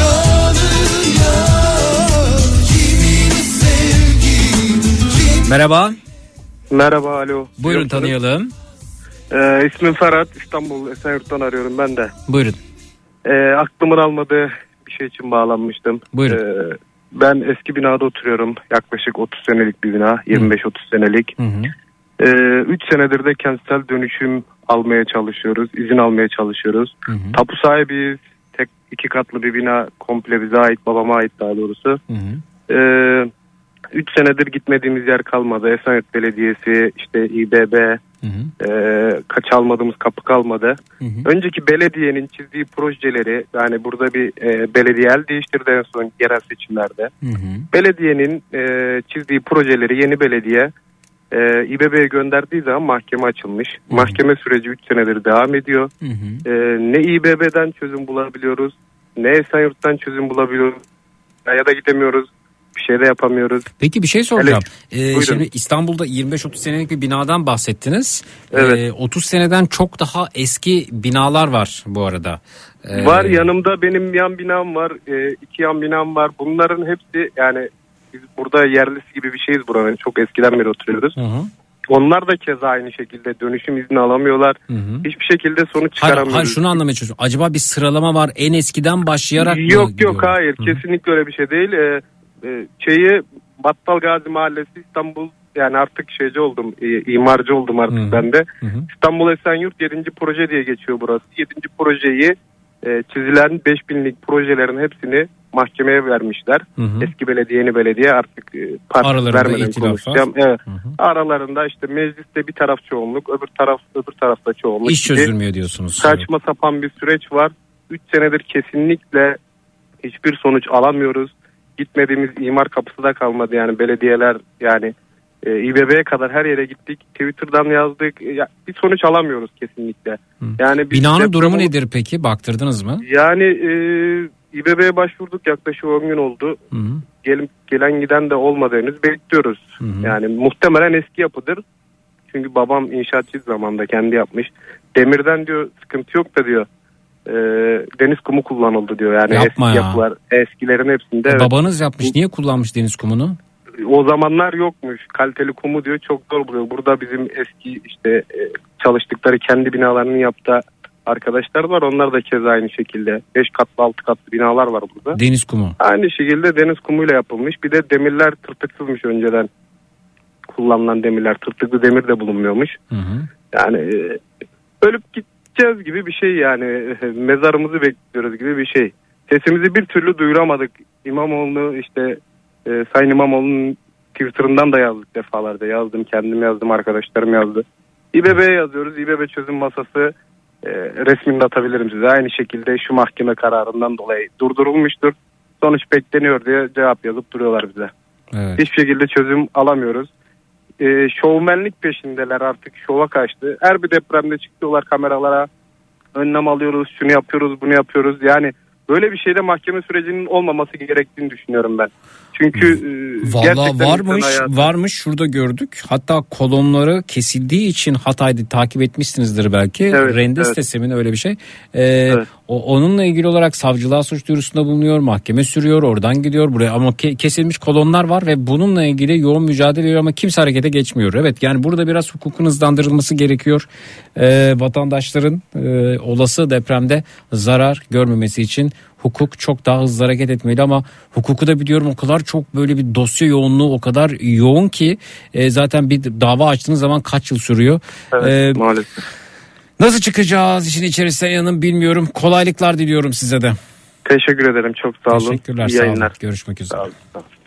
Merhaba. Merhaba, alo. Buyurun, Yoksunuz. Tanıyalım. Ee, ismim Ferhat, İstanbul Esenyurt'tan arıyorum ben de. Buyurun. Ee, aklımın almadığı bir şey için bağlanmıştım. Buyurun. Ee, ben eski binada oturuyorum. Yaklaşık otuz senelik bir bina, yirmi beş otuz senelik. Hı hı. üç ee, senedir de kentsel dönüşüm almaya çalışıyoruz. İzin almaya çalışıyoruz. Hı hı. Tapu sahibiyiz. Tek iki katlı bir bina, komple bize ait, babama ait daha doğrusu. Hı hı. Ee, üç senedir gitmediğimiz yer kalmadı. Esenyurt Belediyesi, işte İBB, hı hı. E, kaç almadığımız kapı kalmadı. Hı hı. Önceki belediyenin çizdiği projeleri, yani burada bir e, belediye el değiştirdi en son yerel seçimlerde. Hı hı. Belediyenin e, çizdiği projeleri yeni belediye e, İBB'ye gönderdiği zaman mahkeme açılmış. Hı hı. Mahkeme süreci üç senedir devam ediyor. Hı hı. E, ne İBB'den çözüm bulabiliyoruz, ne Esenyurt'tan çözüm bulabiliyoruz, ya da gidemiyoruz. Bir şey de yapamıyoruz. Peki bir şey soracağım. Evet. Ee, şimdi İstanbul'da yirmi beş otuz senelik bir binadan bahsettiniz. Evet. Ee, otuz seneden çok daha eski binalar var bu arada. Ee... Var, yanımda benim yan binam var. E, iki yan binam var. Bunların hepsi, yani biz burada yerlisi gibi bir şeyiz buranın. Çok eskiden beri oturuyoruz. Hı hı. Onlar da keza aynı şekilde dönüşüm izni alamıyorlar. Hı hı. Hiçbir şekilde sonuç çıkaramıyoruz. Hayır, hayır, şunu anlamaya çalışıyorum. Acaba bir sıralama var, en eskiden başlayarak mı? Yok yok hayır, Hı. kesinlikle öyle bir şey değil. Ee, e, şeyi Battal Gazi Mahallesi İstanbul, yani artık şeyci oldum, e, imarcı oldum artık Hı. ben de. Hı hı. İstanbul Esenyurt yedinci proje diye geçiyor burası. yedinci projeyi e, çizilen beş binlik projelerin hepsini mahkemeye vermişler. Hı hı. Eski belediye yeni belediye artık e, parti Aralarında vermeden ihtilaf konuşacağım. var. Evet. Hı hı. Aralarında işte mecliste bir taraf çoğunluk, öbür taraf öbür tarafta çoğunluk. İş gibi çözülmüyor diyorsunuz. saçma sapan bir süreç var. üç senedir kesinlikle hiçbir sonuç alamıyoruz. Gitmediğimiz imar kapısı da kalmadı yani belediyeler yani e, İBB'ye kadar her yere gittik. Twitter'dan yazdık. Ya, bir sonuç alamıyoruz kesinlikle. Hı. Yani biz Binanın durumu deprem- nedir peki? Baktırdınız mı? Yani e, İBB'ye başvurduk, yaklaşık on gün oldu. Hı hı. Gelip gelen giden de olmadı henüz, bekliyoruz. Hı hı. Yani muhtemelen eski yapıdır. Çünkü babam inşaatçı zamanında kendi yapmış. Demirden diyor sıkıntı yok da diyor. E, deniz kumu kullanıldı diyor. Yani Yapma eski ya. yapılar, eskilerin hepsinde. E, Evet. babanız yapmış. Niye kullanmış deniz kumunu? O zamanlar yokmuş. Kaliteli kumu diyor, çok zor buluyor. Burada bizim eski işte e, çalıştıkları kendi binalarını yaptığı arkadaşlar var. Onlar da keza aynı şekilde. beş katlı altı katlı binalar var burada. Deniz kumu. Aynı şekilde deniz kumuyla yapılmış. Bir de demirler tırtıksızmış önceden. Kullanılan demirler. Tırtıklı demir de bulunmuyormuş. Hı hı. Yani e, ölüp gideceğiz gibi bir şey yani. E, mezarımızı bekliyoruz gibi bir şey. Sesimizi bir türlü duyuramadık. İmamoğlu işte e, Sayın İmamoğlu'nun Twitter'ından da yazdık defalarda. Yazdım, kendim yazdım, arkadaşlarım yazdı. İBB'ye yazıyoruz. İBB çözüm masası e, resmini de atabilirim size. Aynı şekilde şu mahkeme kararından dolayı durdurulmuştur. Sonuç bekleniyor diye cevap yazıp duruyorlar bize. Evet. Hiçbir şekilde çözüm alamıyoruz. E, şovmenlik peşindeler, artık şova kaçtı. Her bir depremde çıkıyorlar kameralara. Önlem alıyoruz, şunu yapıyoruz, bunu yapıyoruz. Yani böyle bir şeyde mahkeme sürecinin olmaması gerektiğini düşünüyorum ben. Çünkü e, Vallahi gerçekten varmış, insan hayatı- varmış şurada gördük. Hatta kolonları kesildiği için Hatay'da takip etmişsinizdir belki. Evet, Rendes evet. sisteminin öyle bir şey. Ee, Evet. o, onunla ilgili olarak savcılığa suç duyurusunda bulunuyor, mahkeme sürüyor, oradan gidiyor buraya ama ke- kesilmiş kolonlar var ve bununla ilgili yoğun mücadele ediyor ama kimse harekete geçmiyor. Evet, yani burada biraz hukukun hızlandırılması gerekiyor. Ee, vatandaşların e, olası depremde zarar görmemesi için hukuk çok daha hızlı hareket etmeli ama hukuku da biliyorum o kadar çok böyle bir dosya yoğunluğu o kadar yoğun ki e, zaten bir dava açtığınız zaman kaç yıl sürüyor. Evet, Ee, maalesef. Nasıl çıkacağız işin içerisinden yanım bilmiyorum. Kolaylıklar diliyorum size de. Teşekkür ederim, çok sağ olun. Teşekkürler, İyi sağ olun. yayınlar. Görüşmek üzere. Sağ olun. Sağ olun.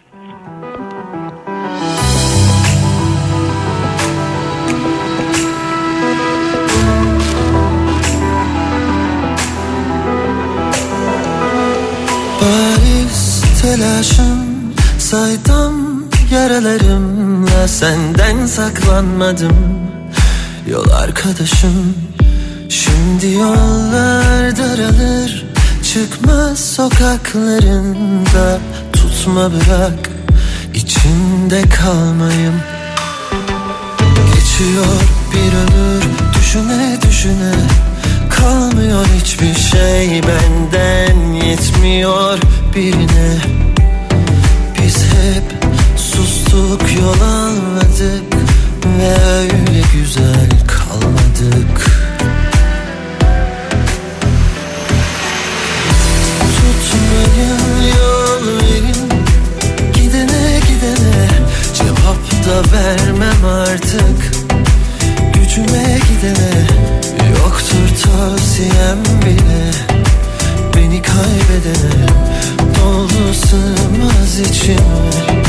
Bariz telaşım, saydam yaralarımla senden saklanmadım. Yol arkadaşım, şimdi yollar daralır, çıkmaz sokaklarında. Tutma, bırak içinde kalmayım. Geçiyor bir ömür düşüne düşüne, kalmıyor hiçbir şey benden, yetmiyor birine. Biz hep sustuk, yol almadık ve öyle güzel kalmadık. Tutmayın, yol verin, gidene gidene cevap da vermem artık. Gücüme gidene yoktur tavsiyem bile, beni kaybedene doldu sığmaz içime.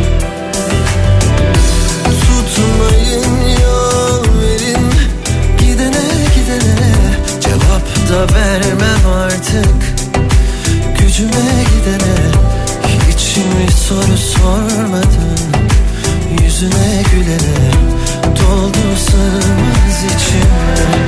Tutmayın, yol verin, gidene gidene cevap da vermem artık. Gücüme gidene hiç mi soru sormadın, yüzüne gülene doldu sığmaz içime.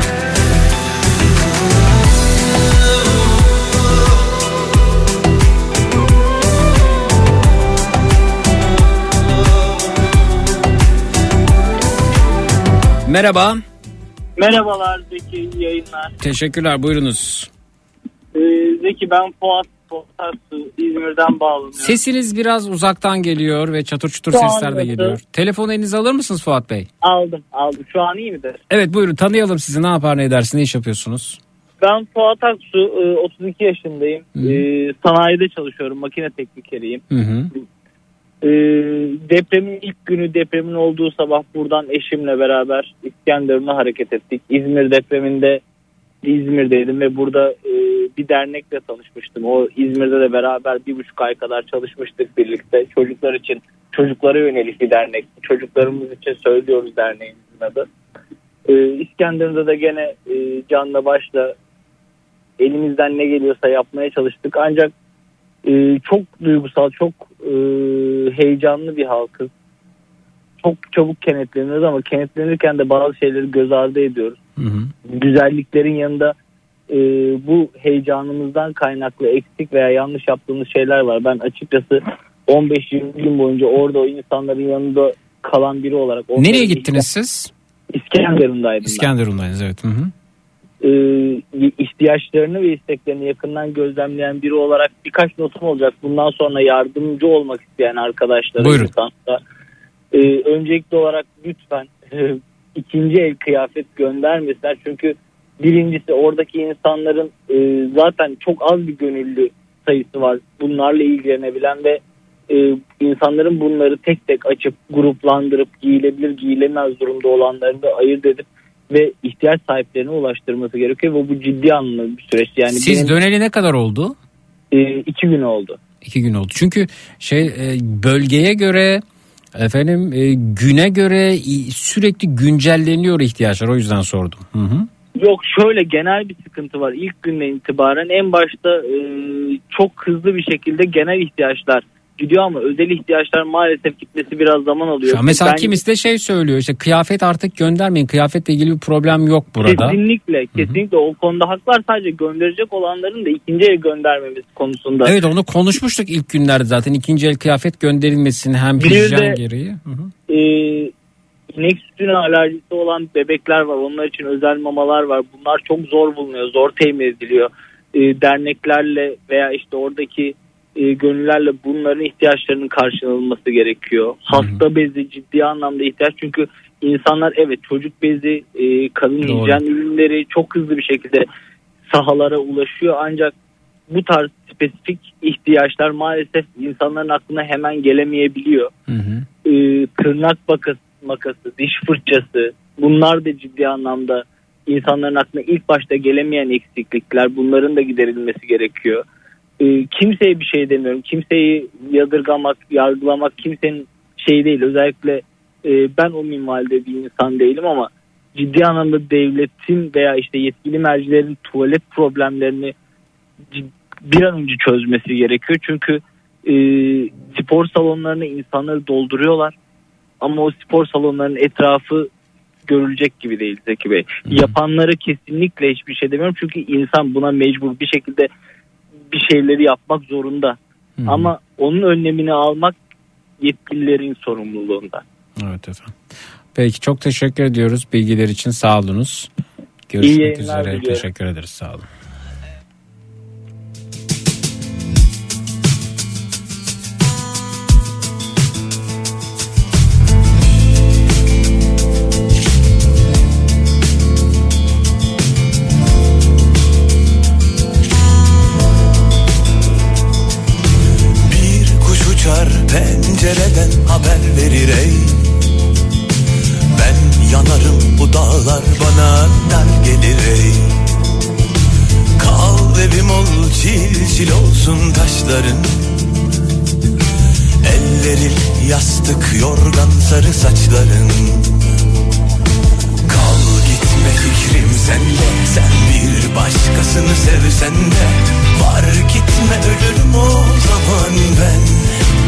Merhaba. Merhabalar Zeki, iyi yayınlar. Teşekkürler, buyurunuz. Ee, Zeki, ben Fuat Potarsu, İzmir'den bağlanıyorum. Sesiniz biraz uzaktan geliyor ve çatır çutur Şu an sesler de nasıl? geliyor. Telefonu elinize alır mısınız Fuat Bey? Aldım aldım. Şu an iyi midir? Evet, buyurun tanıyalım sizi, ne yapar ne edersiniz, ne iş yapıyorsunuz? Ben Fuat Aksu, otuz iki yaşındayım. Hı. Ee, sanayide çalışıyorum, makine teknikeriyim. Hı hı. Ee, depremin ilk günü, depremin olduğu sabah buradan eşimle beraber İskenderun'a hareket ettik. İzmir depreminde İzmir'deydim ve burada e, bir dernekle tanışmıştım. O İzmir'de de beraber bir buçuk ay kadar çalışmıştık birlikte. Çocuklar için, çocuklara yönelik bir dernek. Çocuklarımız için söylüyoruz derneğimizin adı. Ee, İskenderun'da da gene e, canla başla elimizden ne geliyorsa yapmaya çalıştık. Ancak e, çok duygusal, çok e, heyecanlı bir halkız. Çok çabuk kenetleniyoruz ama kenetlenirken de bazı şeyleri göz ardı ediyoruz. Hı hı. Güzelliklerin yanında e, bu heyecanımızdan kaynaklı eksik veya yanlış yaptığımız şeyler var. Ben açıkçası on beş yirmi gün boyunca orada o insanların yanında kalan biri olarak. Nereye gittiniz siz? İskenderun'daydım. İskenderun'daydınız, evet. Hı hı. E, ihtiyaçlarını ve isteklerini yakından gözlemleyen biri olarak birkaç notum olacak. Bundan sonra yardımcı olmak isteyen arkadaşlara. Buyurun. Insanlara, e, öncelikli olarak lütfen e, ikinci el kıyafet göndermesinler. Çünkü birincisi oradaki insanların e, zaten çok az bir gönüllü sayısı var. Bunlarla ilgilenebilen ve e, insanların bunları tek tek açıp gruplandırıp giyilebilir giyilemez durumda olanlarını da ayırt edip ve ihtiyaç sahiplerine ulaştırması gerekiyor ve bu ciddi anlamda bir süreç. Yani siz benim, döneli ne kadar oldu? E, iki gün oldu. İki gün oldu. Çünkü şey e, bölgeye göre efendim e, güne göre sürekli güncelleniyor ihtiyaçlar, o yüzden sordum. Hı hı. Yok, şöyle genel bir sıkıntı var. İlk günden itibaren en başta e, çok hızlı bir şekilde genel ihtiyaçlar gidiyor ama özel ihtiyaçlar maalesef gitmesi biraz zaman alıyor. Şu an mesela ben, kimisi de şey söylüyor, işte kıyafet artık göndermeyin, kıyafetle ilgili bir problem yok burada. Kesinlikle kesinlikle Hı-hı. o konuda haklar, sadece gönderecek olanların da ikinci el göndermemiz konusunda. Evet, onu konuşmuştuk ilk günlerde zaten, ikinci el kıyafet gönderilmesini hem hijyen gereği. E, inek sütüne alerjisi olan bebekler var, onlar için özel mamalar var, bunlar çok zor bulunuyor, zor temin ediliyor. E, derneklerle veya işte oradaki E, gönüllerle bunların ihtiyaçlarının karşılanması gerekiyor. Hasta bezi ciddi anlamda ihtiyaç, çünkü insanlar evet çocuk bezi, e, kadın Doğru. hijyen ürünleri çok hızlı bir şekilde sahalara ulaşıyor, ancak bu tarz spesifik ihtiyaçlar maalesef insanların aklına hemen gelemeyebiliyor. Hı hı. E, tırnak makası, makası, diş fırçası, bunlar da ciddi anlamda insanların aklına ilk başta gelemeyen eksiklikler, bunların da giderilmesi gerekiyor. E, kimseye bir şey demiyorum. Kimseyi yadırgamak, yargılamak kimsenin şeyi değil. Özellikle e, ben o minvalde bir insan değilim ama ciddi anlamda devletin veya işte yetkili mercilerin tuvalet problemlerini bir an önce çözmesi gerekiyor. Çünkü e, spor salonlarına insanları dolduruyorlar ama o spor salonlarının etrafı görülecek gibi değil Zeki Bey. Hmm. Yapanları kesinlikle hiçbir şey demiyorum. Çünkü insan buna mecbur bir şekilde bir şeyleri yapmak zorunda. Hmm. Ama onun önlemini almak yetkililerin sorumluluğunda. Evet efendim. Peki, çok teşekkür ediyoruz bilgiler için, sağ olunuz. Görüşmek üzere. Diliyorum. Teşekkür ederiz, sağ olun. Pencereden haber verir ey. Ben yanarım, bu dağlar bana dar gelir ey. Kal evim ol, çil çil olsun taşların. Ellerin yastık, yorgan sarı saçların. Kal gitme fikrim sende, sen bir başkasını sevsen de. Var gitme, ölürüm o zaman ben.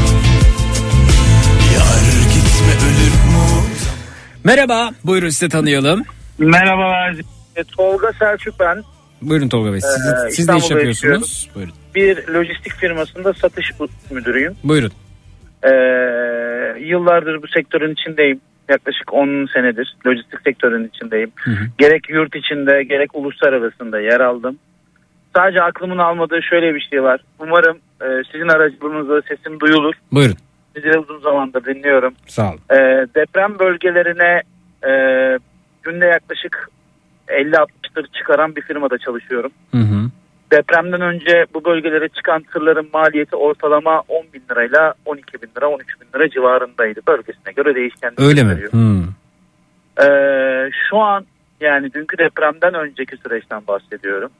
Yar gitme, ölürüm o. Merhaba, buyurun sizi tanıyalım. Merhabalar, Tolga Selçuk ben. Buyurun Tolga Bey, siz, ee, siz de iş yapıyorsunuz. Buyurun. Bir lojistik firmasında satış müdürüyüm. Buyurun. Ee, yıllardır bu sektörün içindeyim. Yaklaşık on senedir lojistik sektörün içindeyim. Hı hı. Gerek yurt içinde gerek uluslararasında yer aldım. Sadece aklımın almadığı şöyle bir şey var. Umarım e, sizin aracılığınızla sesim duyulur. Buyurun. Sizi de uzun zamandır dinliyorum. Sağ olun. E, deprem bölgelerine e, günde yaklaşık elli altmış tır çıkaran bir firmada çalışıyorum. Hı hı. Depremden önce bu bölgelere çıkan tırların maliyeti ortalama on bin lirayla on iki bin lira, on üç bin lira civarındaydı. Bölgesine göre değişkenlik Öyle gösteriyor. mi? Ee, şu an yani dünkü depremden önceki süreçten bahsediyorum.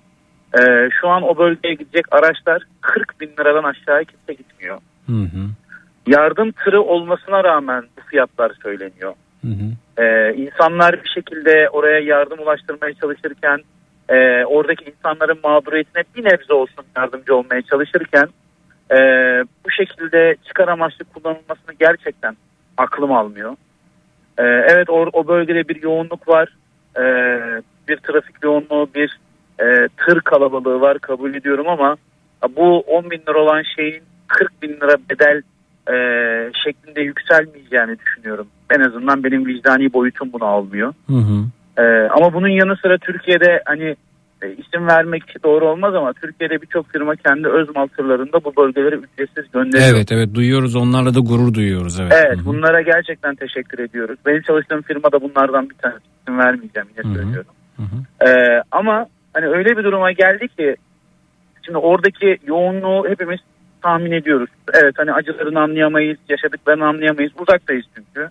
Ee, şu an o bölgeye gidecek araçlar kırk bin liradan aşağıya kimse gitmiyor. Hı hı. Yardım tırı olmasına rağmen bu fiyatlar söyleniyor. Hı hı. Ee, insanlar bir şekilde oraya yardım ulaştırmaya çalışırken, e, oradaki insanların mağduriyetine bir nebze olsun yardımcı olmaya çalışırken e, bu şekilde çıkar amaçlı kullanılmasını gerçekten aklım almıyor. E, evet o, o bölgede bir yoğunluk var, e, bir trafik yoğunluğu, bir e, tır kalabalığı var, kabul ediyorum, ama bu on bin lira olan şeyin kırk bin lira bedel e, şeklinde yükselmeyeceğini düşünüyorum. En azından benim vicdani boyutum bunu almıyor. Hı hı. E, ama bunun yanı sıra Türkiye'de hani e, isim vermek doğru olmaz ama Türkiye'de birçok firma kendi öz mal tırlarında bu bölgelere ücretsiz gönderiyor. Evet evet duyuyoruz, onlarla da gurur duyuyoruz. Evet, evet Hı-hı. bunlara gerçekten teşekkür ediyoruz. Benim çalıştığım firma da bunlardan bir tanesi, isim vermeyeceğim yine Hı-hı. söylüyorum. Hı-hı. E, ama hani öyle bir duruma geldi ki şimdi oradaki yoğunluğu hepimiz tahmin ediyoruz. Evet hani acılarını anlayamayız, yaşadıklarını anlayamayız. Uzaktayız çünkü.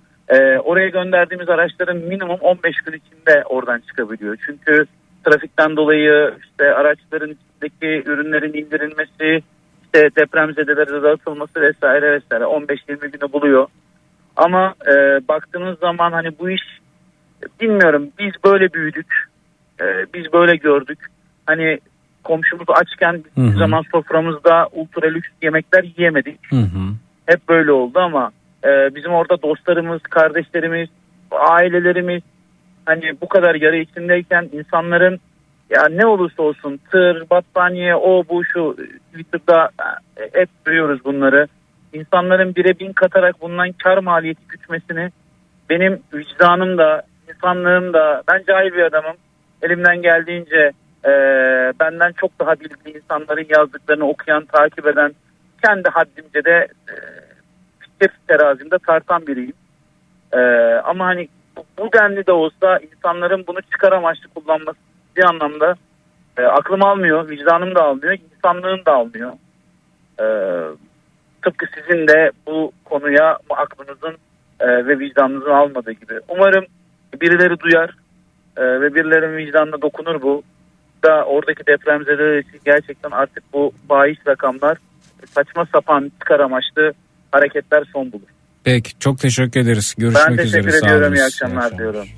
Ee, oraya gönderdiğimiz araçların minimum on beş gün içinde oradan çıkabiliyor. Çünkü trafikten dolayı işte araçların içindeki ürünlerin indirilmesi, işte depremzedelere dağıtılması vesaire vesaire on beş yirmi günü buluyor. Ama e, baktığınız zaman hani bu iş, bilmiyorum, biz böyle büyüdük. E, biz böyle gördük. Hani komşumuz açken bir zaman soframızda ultra lüks yemekler yiyemedik. Hı hı. Hep böyle oldu ama e, bizim orada dostlarımız, kardeşlerimiz, ailelerimiz hani bu kadar yara içindeyken insanların ya ne olursa olsun tır, battaniye, o bu şu, Twitter'da e, hep görüyoruz bunları. İnsanların bire bin katarak bundan kar maliyeti gütmesini benim vicdanım da, insanlığım da, ben cahil bir adamım. Elimden geldiğince e, benden çok daha bilgili insanların yazdıklarını okuyan, takip eden, kendi haddimce de e, fikir terazimde tartan biriyim. E, ama hani bu, bu denli de olsa insanların bunu çıkar amaçlı kullanması bir anlamda e, aklım almıyor, vicdanım da almıyor, insanlığım da almıyor. E, tıpkı sizin de bu konuya aklınızın e, ve vicdanınızın almadığı gibi. Umarım birileri duyar e, ve birilerinin vicdanına dokunur bu. Da oradaki depremzedeler için gerçekten artık bu bahis rakamlar, saçma sapan çıkar amaçlı hareketler son bulur. Peki, çok teşekkür ederiz. Görüşmek üzere. Ben teşekkür üzere. ediyorum. İyi akşamlar, akşamlar diyorum.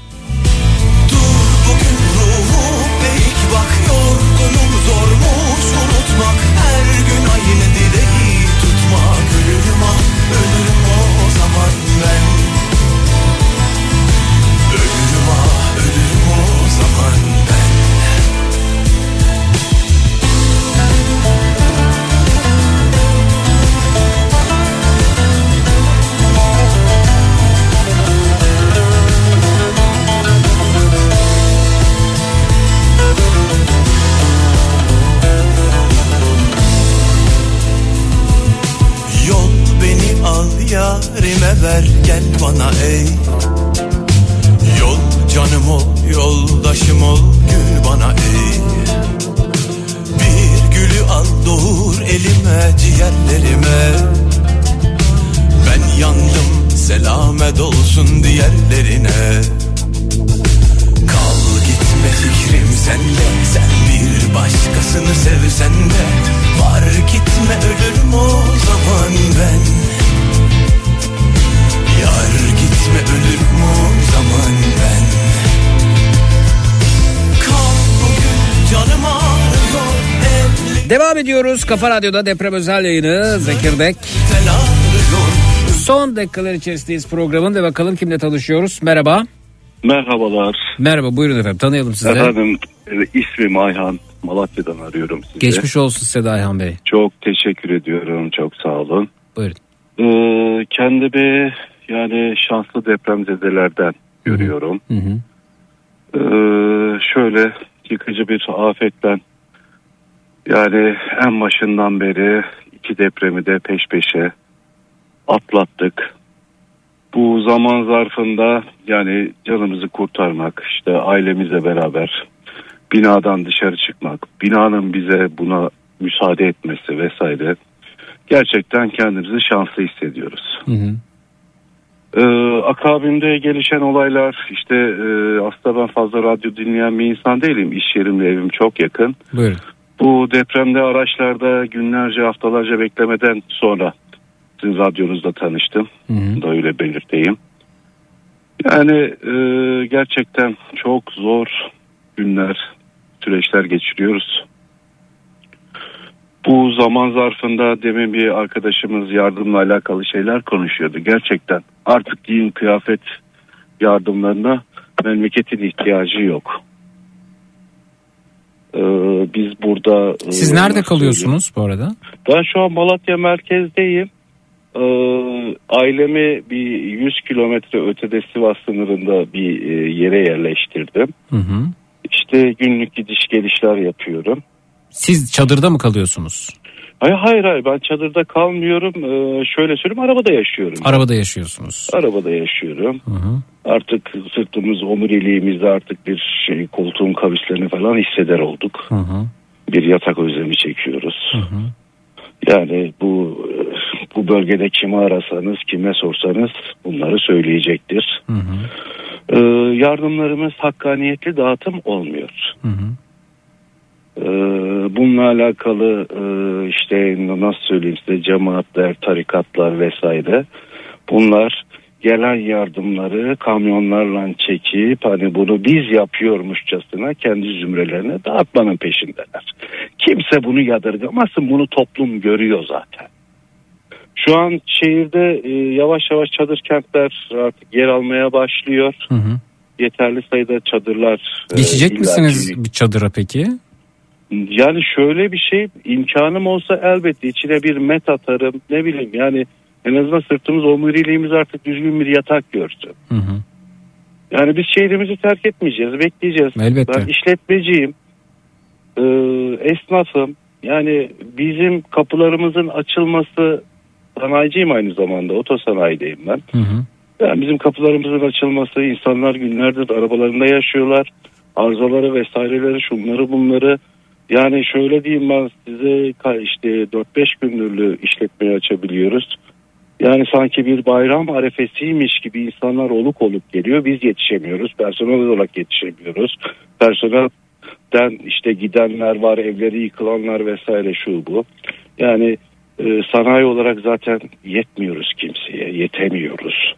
Dur bugün ruhum eğik bak, yorgunum zormuş unutmak, her gün aynı dileği tutmak, ölürüm ah ölürüm o zaman ben, ölürüm ah ölürüm o zaman ben. Yarime ver gel bana ey, yol canım ol yoldaşım ol gül bana ey, bir gülü al doğur elime ciğerlerime, ben yandım selamet olsun diğerlerine, kal gitme fikrim sende, sen bir başkasını sevsen de var gitme ölürüm o zaman ben. Yar gitme ölürüm o zaman ben. Kal bugün canım ağrıyor. Devam ediyoruz. Kafa Radyo'da deprem özel yayını Zekirdek. Son dakikalar içerisindeyiz programın ve bakalım kimle tanışıyoruz. Merhaba. Merhabalar. Merhaba, buyurun efendim, tanıyalım sizleri. Efendim ismim Ayhan, Malatya'dan arıyorum sizi. Geçmiş olsun size Ayhan Bey. Çok teşekkür ediyorum, çok sağ olun. Buyurun. Ee, kendimi yani şanslı depremzedelerden Hı-hı. görüyorum. Hı hı. Ee, şöyle yıkıcı bir afetten, yani en başından beri iki depremi de peş peşe atlattık. Bu zaman zarfında yani canımızı kurtarmak, işte ailemizle beraber binadan dışarı çıkmak, binanın bize buna müsaade etmesi vesaire, gerçekten kendimizi şanslı hissediyoruz. Hı hı. Ee, akabinde gelişen olaylar işte e, aslında ben fazla radyo dinleyen bir insan değilim. İş yerimle evim çok yakın. Buyurun. Bu depremde araçlarda günlerce haftalarca beklemeden sonra sizin radyonuzda tanıştım. Hı hı. Da öyle belirteyim. Yani e, gerçekten çok zor günler, süreçler geçiriyoruz. Bu zaman zarfında demin bir arkadaşımız yardımla alakalı şeyler konuşuyordu. Gerçekten artık giyim kıyafet yardımlarına memleketin ihtiyacı yok. Ee, biz burada... Siz e, nerede kalıyorsunuz bu arada? Ben şu an Malatya merkezdeyim. Ee, ailemi bir yüz kilometre ötede Sivas sınırında bir e, yere yerleştirdim. Hı hı. İşte günlük gidiş gelişler yapıyorum. Siz çadırda mı kalıyorsunuz? Hayır hayır, hayır. Ben çadırda kalmıyorum. Ee, şöyle söyleyeyim, arabada yaşıyorum. Arabada yaşıyorsunuz. Arabada yaşıyorum. Hı hı. Artık sırtımız, omuriliğimizde artık bir şey, koltuğun kavislerini falan hisseder olduk. Hı hı. Bir yatak özlemi çekiyoruz. Hı hı. Yani bu bu bölgede kimi arasanız, kime sorsanız bunları söyleyecektir. Hı hı. Ee, yardımlarımız hakkaniyetli dağıtım olmuyor. Hı hı. Ee, bununla alakalı e, işte nasıl söyleyeyim size, cemaatler, tarikatlar vesaire, bunlar gelen yardımları kamyonlarla çekip hani bunu biz yapıyormuşçasına kendi zümrelerine dağıtmanın peşindeler. Kimse bunu yadırgamasın, bunu toplum görüyor zaten. Şu an şehirde e, yavaş yavaş çadır kentler artık yer almaya başlıyor. Hı hı. Yeterli sayıda çadırlar. Geçecek e, misiniz illaki... bir çadıra peki? Yani şöyle bir şey, imkanım olsa elbette içine bir met atarım, ne bileyim yani en azından sırtımız, omuriliğimiz artık düzgün bir yatak görsün. Hı hı. Yani biz şehrimizi terk etmeyeceğiz, bekleyeceğiz. Elbette. Ben işletmeciyim, e, esnafım. Yani bizim kapılarımızın açılması, sanayiciyim aynı zamanda, otosanayideyim ben. Hı hı. Yani bizim kapılarımızın açılması, insanlar günlerdir arabalarında yaşıyorlar. Arızaları vesaireleri, şunları bunları. Yani şöyle diyeyim ben size, işte dört beş gündürlüğü işletmeyi açabiliyoruz. Yani sanki bir bayram arefesiymiş gibi insanlar oluk oluk geliyor. Biz yetişemiyoruz. Personel olarak yetişemiyoruz. Personelden işte gidenler var, evleri yıkılanlar vesaire, şu bu. Yani e, sanayi olarak zaten yetmiyoruz kimseye. Yetemiyoruz.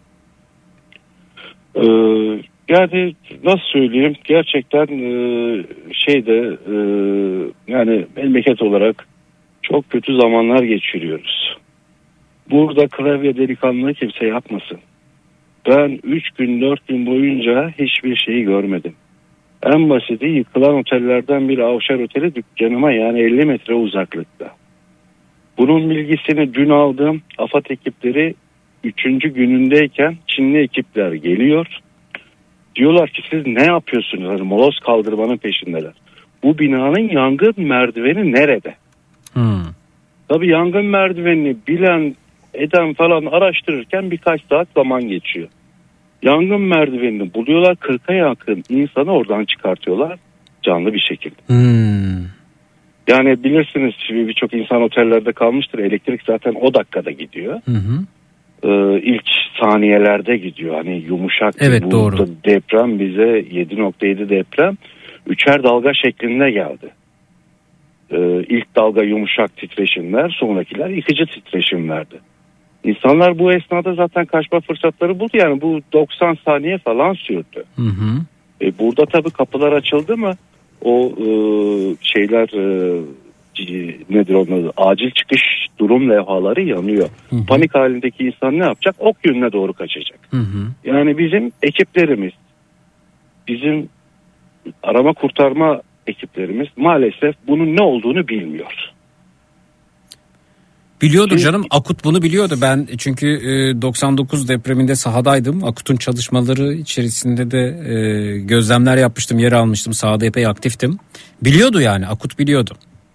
E, yani nasıl söyleyeyim, gerçekten e, şeyde e, yani memleket olarak çok kötü zamanlar geçiriyoruz. Burada klavye delikanlılığı kimse yapmasın. Ben üç gün dört gün boyunca hiçbir şeyi görmedim. En basiti yıkılan otellerden bir Avşar Oteli dükkanıma, yani elli metre uzaklıkta. Bunun bilgisini dün aldım. AFAD ekipleri üçüncü günündeyken Çinli ekipler geliyor. Diyorlar ki siz ne yapıyorsunuz? Hani moloz kaldırmanın peşindeler. Bu binanın yangın merdiveni nerede? Hmm. Tabii yangın merdivenini bilen eden falan araştırırken birkaç saat zaman geçiyor. Yangın merdivenini buluyorlar, kırka yakın insanı oradan çıkartıyorlar canlı bir şekilde. Hmm. Yani bilirsiniz, birçok insan otellerde kalmıştır. Elektrik zaten o dakikada gidiyor. Hı hı. Ee, ilk saniyelerde gidiyor. Hani yumuşak. Evet, doğru. Deprem bize yedi nokta yedi deprem üçer dalga şeklinde geldi. Ee, ilk dalga yumuşak titreşimler, sonrakiler yıkıcı titreşimlerdi. İnsanlar bu esnada zaten kaçma fırsatları buldu. Yani bu doksan saniye falan sürdü. Hı hı. E, burada tabii kapılar açıldı mı o e, şeyler e, nedir onun adı? Acil çıkış durum levhaları yanıyor. Hı hı. Panik halindeki insan ne yapacak? Ok yönüne doğru kaçacak. Hı hı. Yani bizim ekiplerimiz, bizim arama kurtarma ekiplerimiz maalesef bunun ne olduğunu bilmiyor. Biliyordur canım, Akut bunu biliyordu. Ben çünkü doksan dokuz depreminde sahadaydım. Akut'un çalışmaları içerisinde de gözlemler yapmıştım, yer almıştım. Sahada epey aktiftim. Biliyordu yani, Akut biliyordu.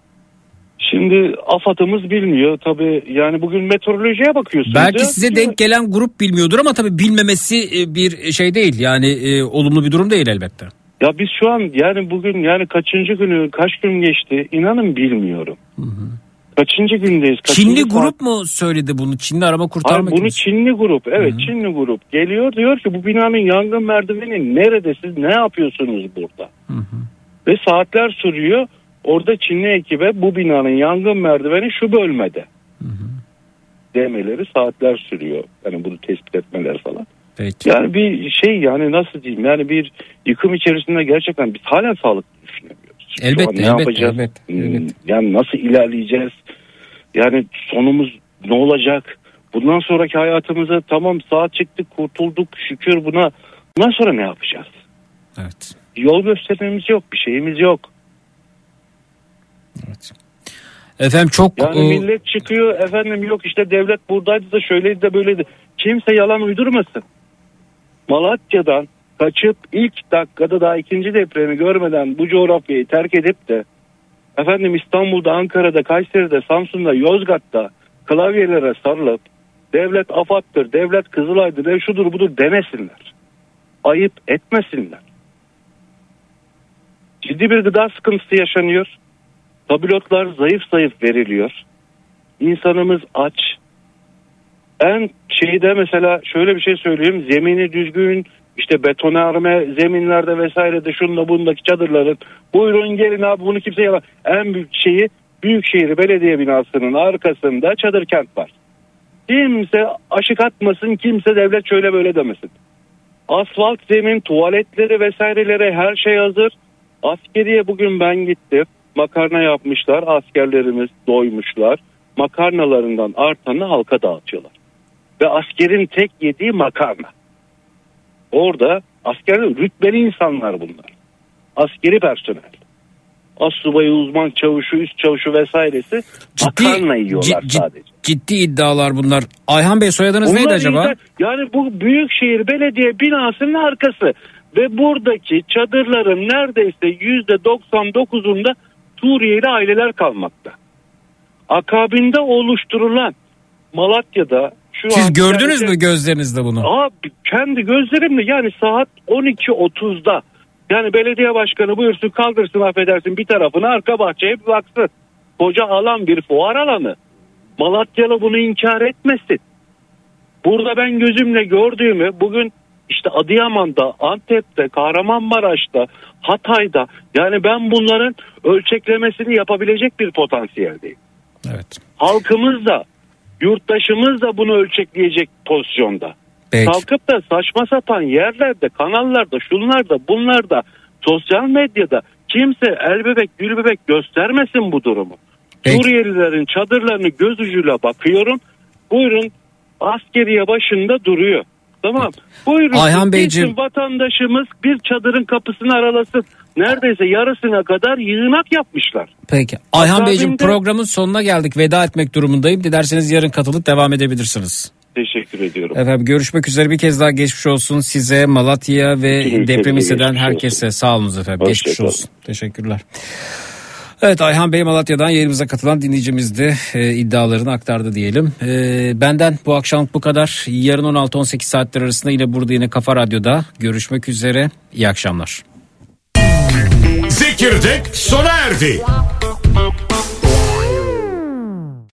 Şimdi AFAD'ımız bilmiyor tabii, yani bugün meteorolojiye bakıyorsunuz. Belki ya, size denk gelen grup bilmiyordur ama tabii bilmemesi bir şey değil. Yani e, olumlu bir durum değil elbette. Ya biz şu an yani bugün yani kaçıncı günü, kaç gün geçti inanın bilmiyorum. Hı hı. Kaçıncı gündeyiz? Kaçıncı Çinli saat... grup mu söyledi bunu? Çinli arama kurtarma Hayır, bunu gemisi. Çinli grup. Evet, Hı-hı. Çinli grup. Geliyor, diyor ki bu binanın yangın merdiveni nerede? Siz ne yapıyorsunuz burada? Hı-hı. Ve saatler sürüyor. Orada Çinli ekibe bu binanın yangın merdiveni şu bölmede. Hı-hı. Demeleri saatler sürüyor. Yani bunu tespit etmeler falan. Peki. Yani bir şey, yani nasıl diyeyim, yani bir yıkım içerisinde gerçekten biz halen sağlıklı düşünemiyoruz. Elbette, ne elbette, yapacağız? elbette, elbette. Yani nasıl ilerleyeceğiz? Yani sonumuz ne olacak? Bundan sonraki hayatımıza tamam sağ çıktık, kurtulduk şükür buna. Bundan sonra ne yapacağız? Evet. Yol göstermemiz yok, bir şeyimiz yok. Evet. Efendim çok... Yani o... millet çıkıyor, efendim yok işte devlet buradaydı da şöyleydi de böyleydi. Kimse yalan uydurmasın. Malatya'dan kaçıp ilk dakikada daha ikinci depremi görmeden bu coğrafyayı terk edip de efendim İstanbul'da, Ankara'da, Kayseri'de, Samsun'da, Yozgat'ta klavyelere sarılıp devlet AFAD'dır, devlet Kızılay'dır, dev şudur budur demesinler. Ayıp etmesinler. Ciddi bir gıda sıkıntısı yaşanıyor. Tabulotlar zayıf zayıf veriliyor. İnsanımız aç. En şeyde mesela şöyle bir şey söyleyeyim. Zemini düzgün, işte betonarme zeminlerde vesairede şunda bundaki çadırların buyurun gelin abi bunu kimse yalan. En büyük şeyi Büyükşehir Belediye binasının arkasında çadır kent var. Kimse aşık atmasın, kimse devlet şöyle böyle demesin. Asfalt zemin, tuvaletleri vesaireleri her şey hazır. Askeriye bugün ben gittim. Makarna yapmışlar, askerlerimiz doymuşlar. Makarnalarından artanı halka dağıtıyorlar. Ve askerin tek yediği makarna. Orada askerler rütbeli insanlar bunlar. Askeri personel. Astsubayı, uzman çavuşu, üst çavuşu vesairesi ciddi, makarna yiyorlar cid, sadece. Ciddi iddialar bunlar. Ayhan Bey soyadınız bunlar neydi acaba? Insan, yani bu Büyükşehir Belediye binasının arkası. Ve buradaki çadırların neredeyse yüzde doksan dokuzunda Suriyeli aileler kalmakta. Akabinde oluşturulan Malatya'da şu Siz an gördünüz yani, mü gözlerinizle bunu? Abi kendi gözlerimle, yani saat on iki otuzda yani belediye başkanı buyursun kaldırsın affedersin bir tarafını, arka bahçeye bir baksın. Koca alan bir fuar alanı. Malatyalı bunu inkar etmesin. Burada ben gözümle gördüğümü bugün işte Adıyaman'da, Antep'te, Kahramanmaraş'ta, Hatay'da, yani ben bunların ölçeklemesini yapabilecek bir potansiyeldeyim. Evet. Halkımız da, yurttaşımız da bunu ölçekleyecek pozisyonda. Peki. Kalkıp da saçma sapan yerlerde, kanallarda, şunlarda, bunlarda, sosyal medyada kimse el bebek, gül bebek göstermesin bu durumu. Peki. Suriyelilerin çadırlarını göz ucuyla bakıyorum. Buyurun askeriye başında duruyor. Tamam. Buyurun. Ayhan Beyciğim. Vatandaşımız bir çadırın kapısını aralasın. Neredeyse yarısına kadar yığınak yapmışlar. Peki. Ayhan Akabinde... Beyciğim programın sonuna geldik. Veda etmek durumundayım. Dilerseniz yarın katılıp devam edebilirsiniz. Teşekkür ediyorum. Efendim görüşmek üzere, bir kez daha geçmiş olsun size, Malatya ve Bütün deprem hisseden geçmiş herkese. olsun. Sağ olunuz efendim. Hoşça geçmiş kalın. olsun. Teşekkürler. Evet, Ayhan Bey Malatya'dan yayınımıza katılan dinleyicimizdi. E, iddialarını aktardı diyelim. E, benden bu akşam bu kadar. Yarın on altı on sekiz saatler arasında yine burada, yine Kafa Radyo'da görüşmek üzere. İyi akşamlar. Zekirdek sona erdi.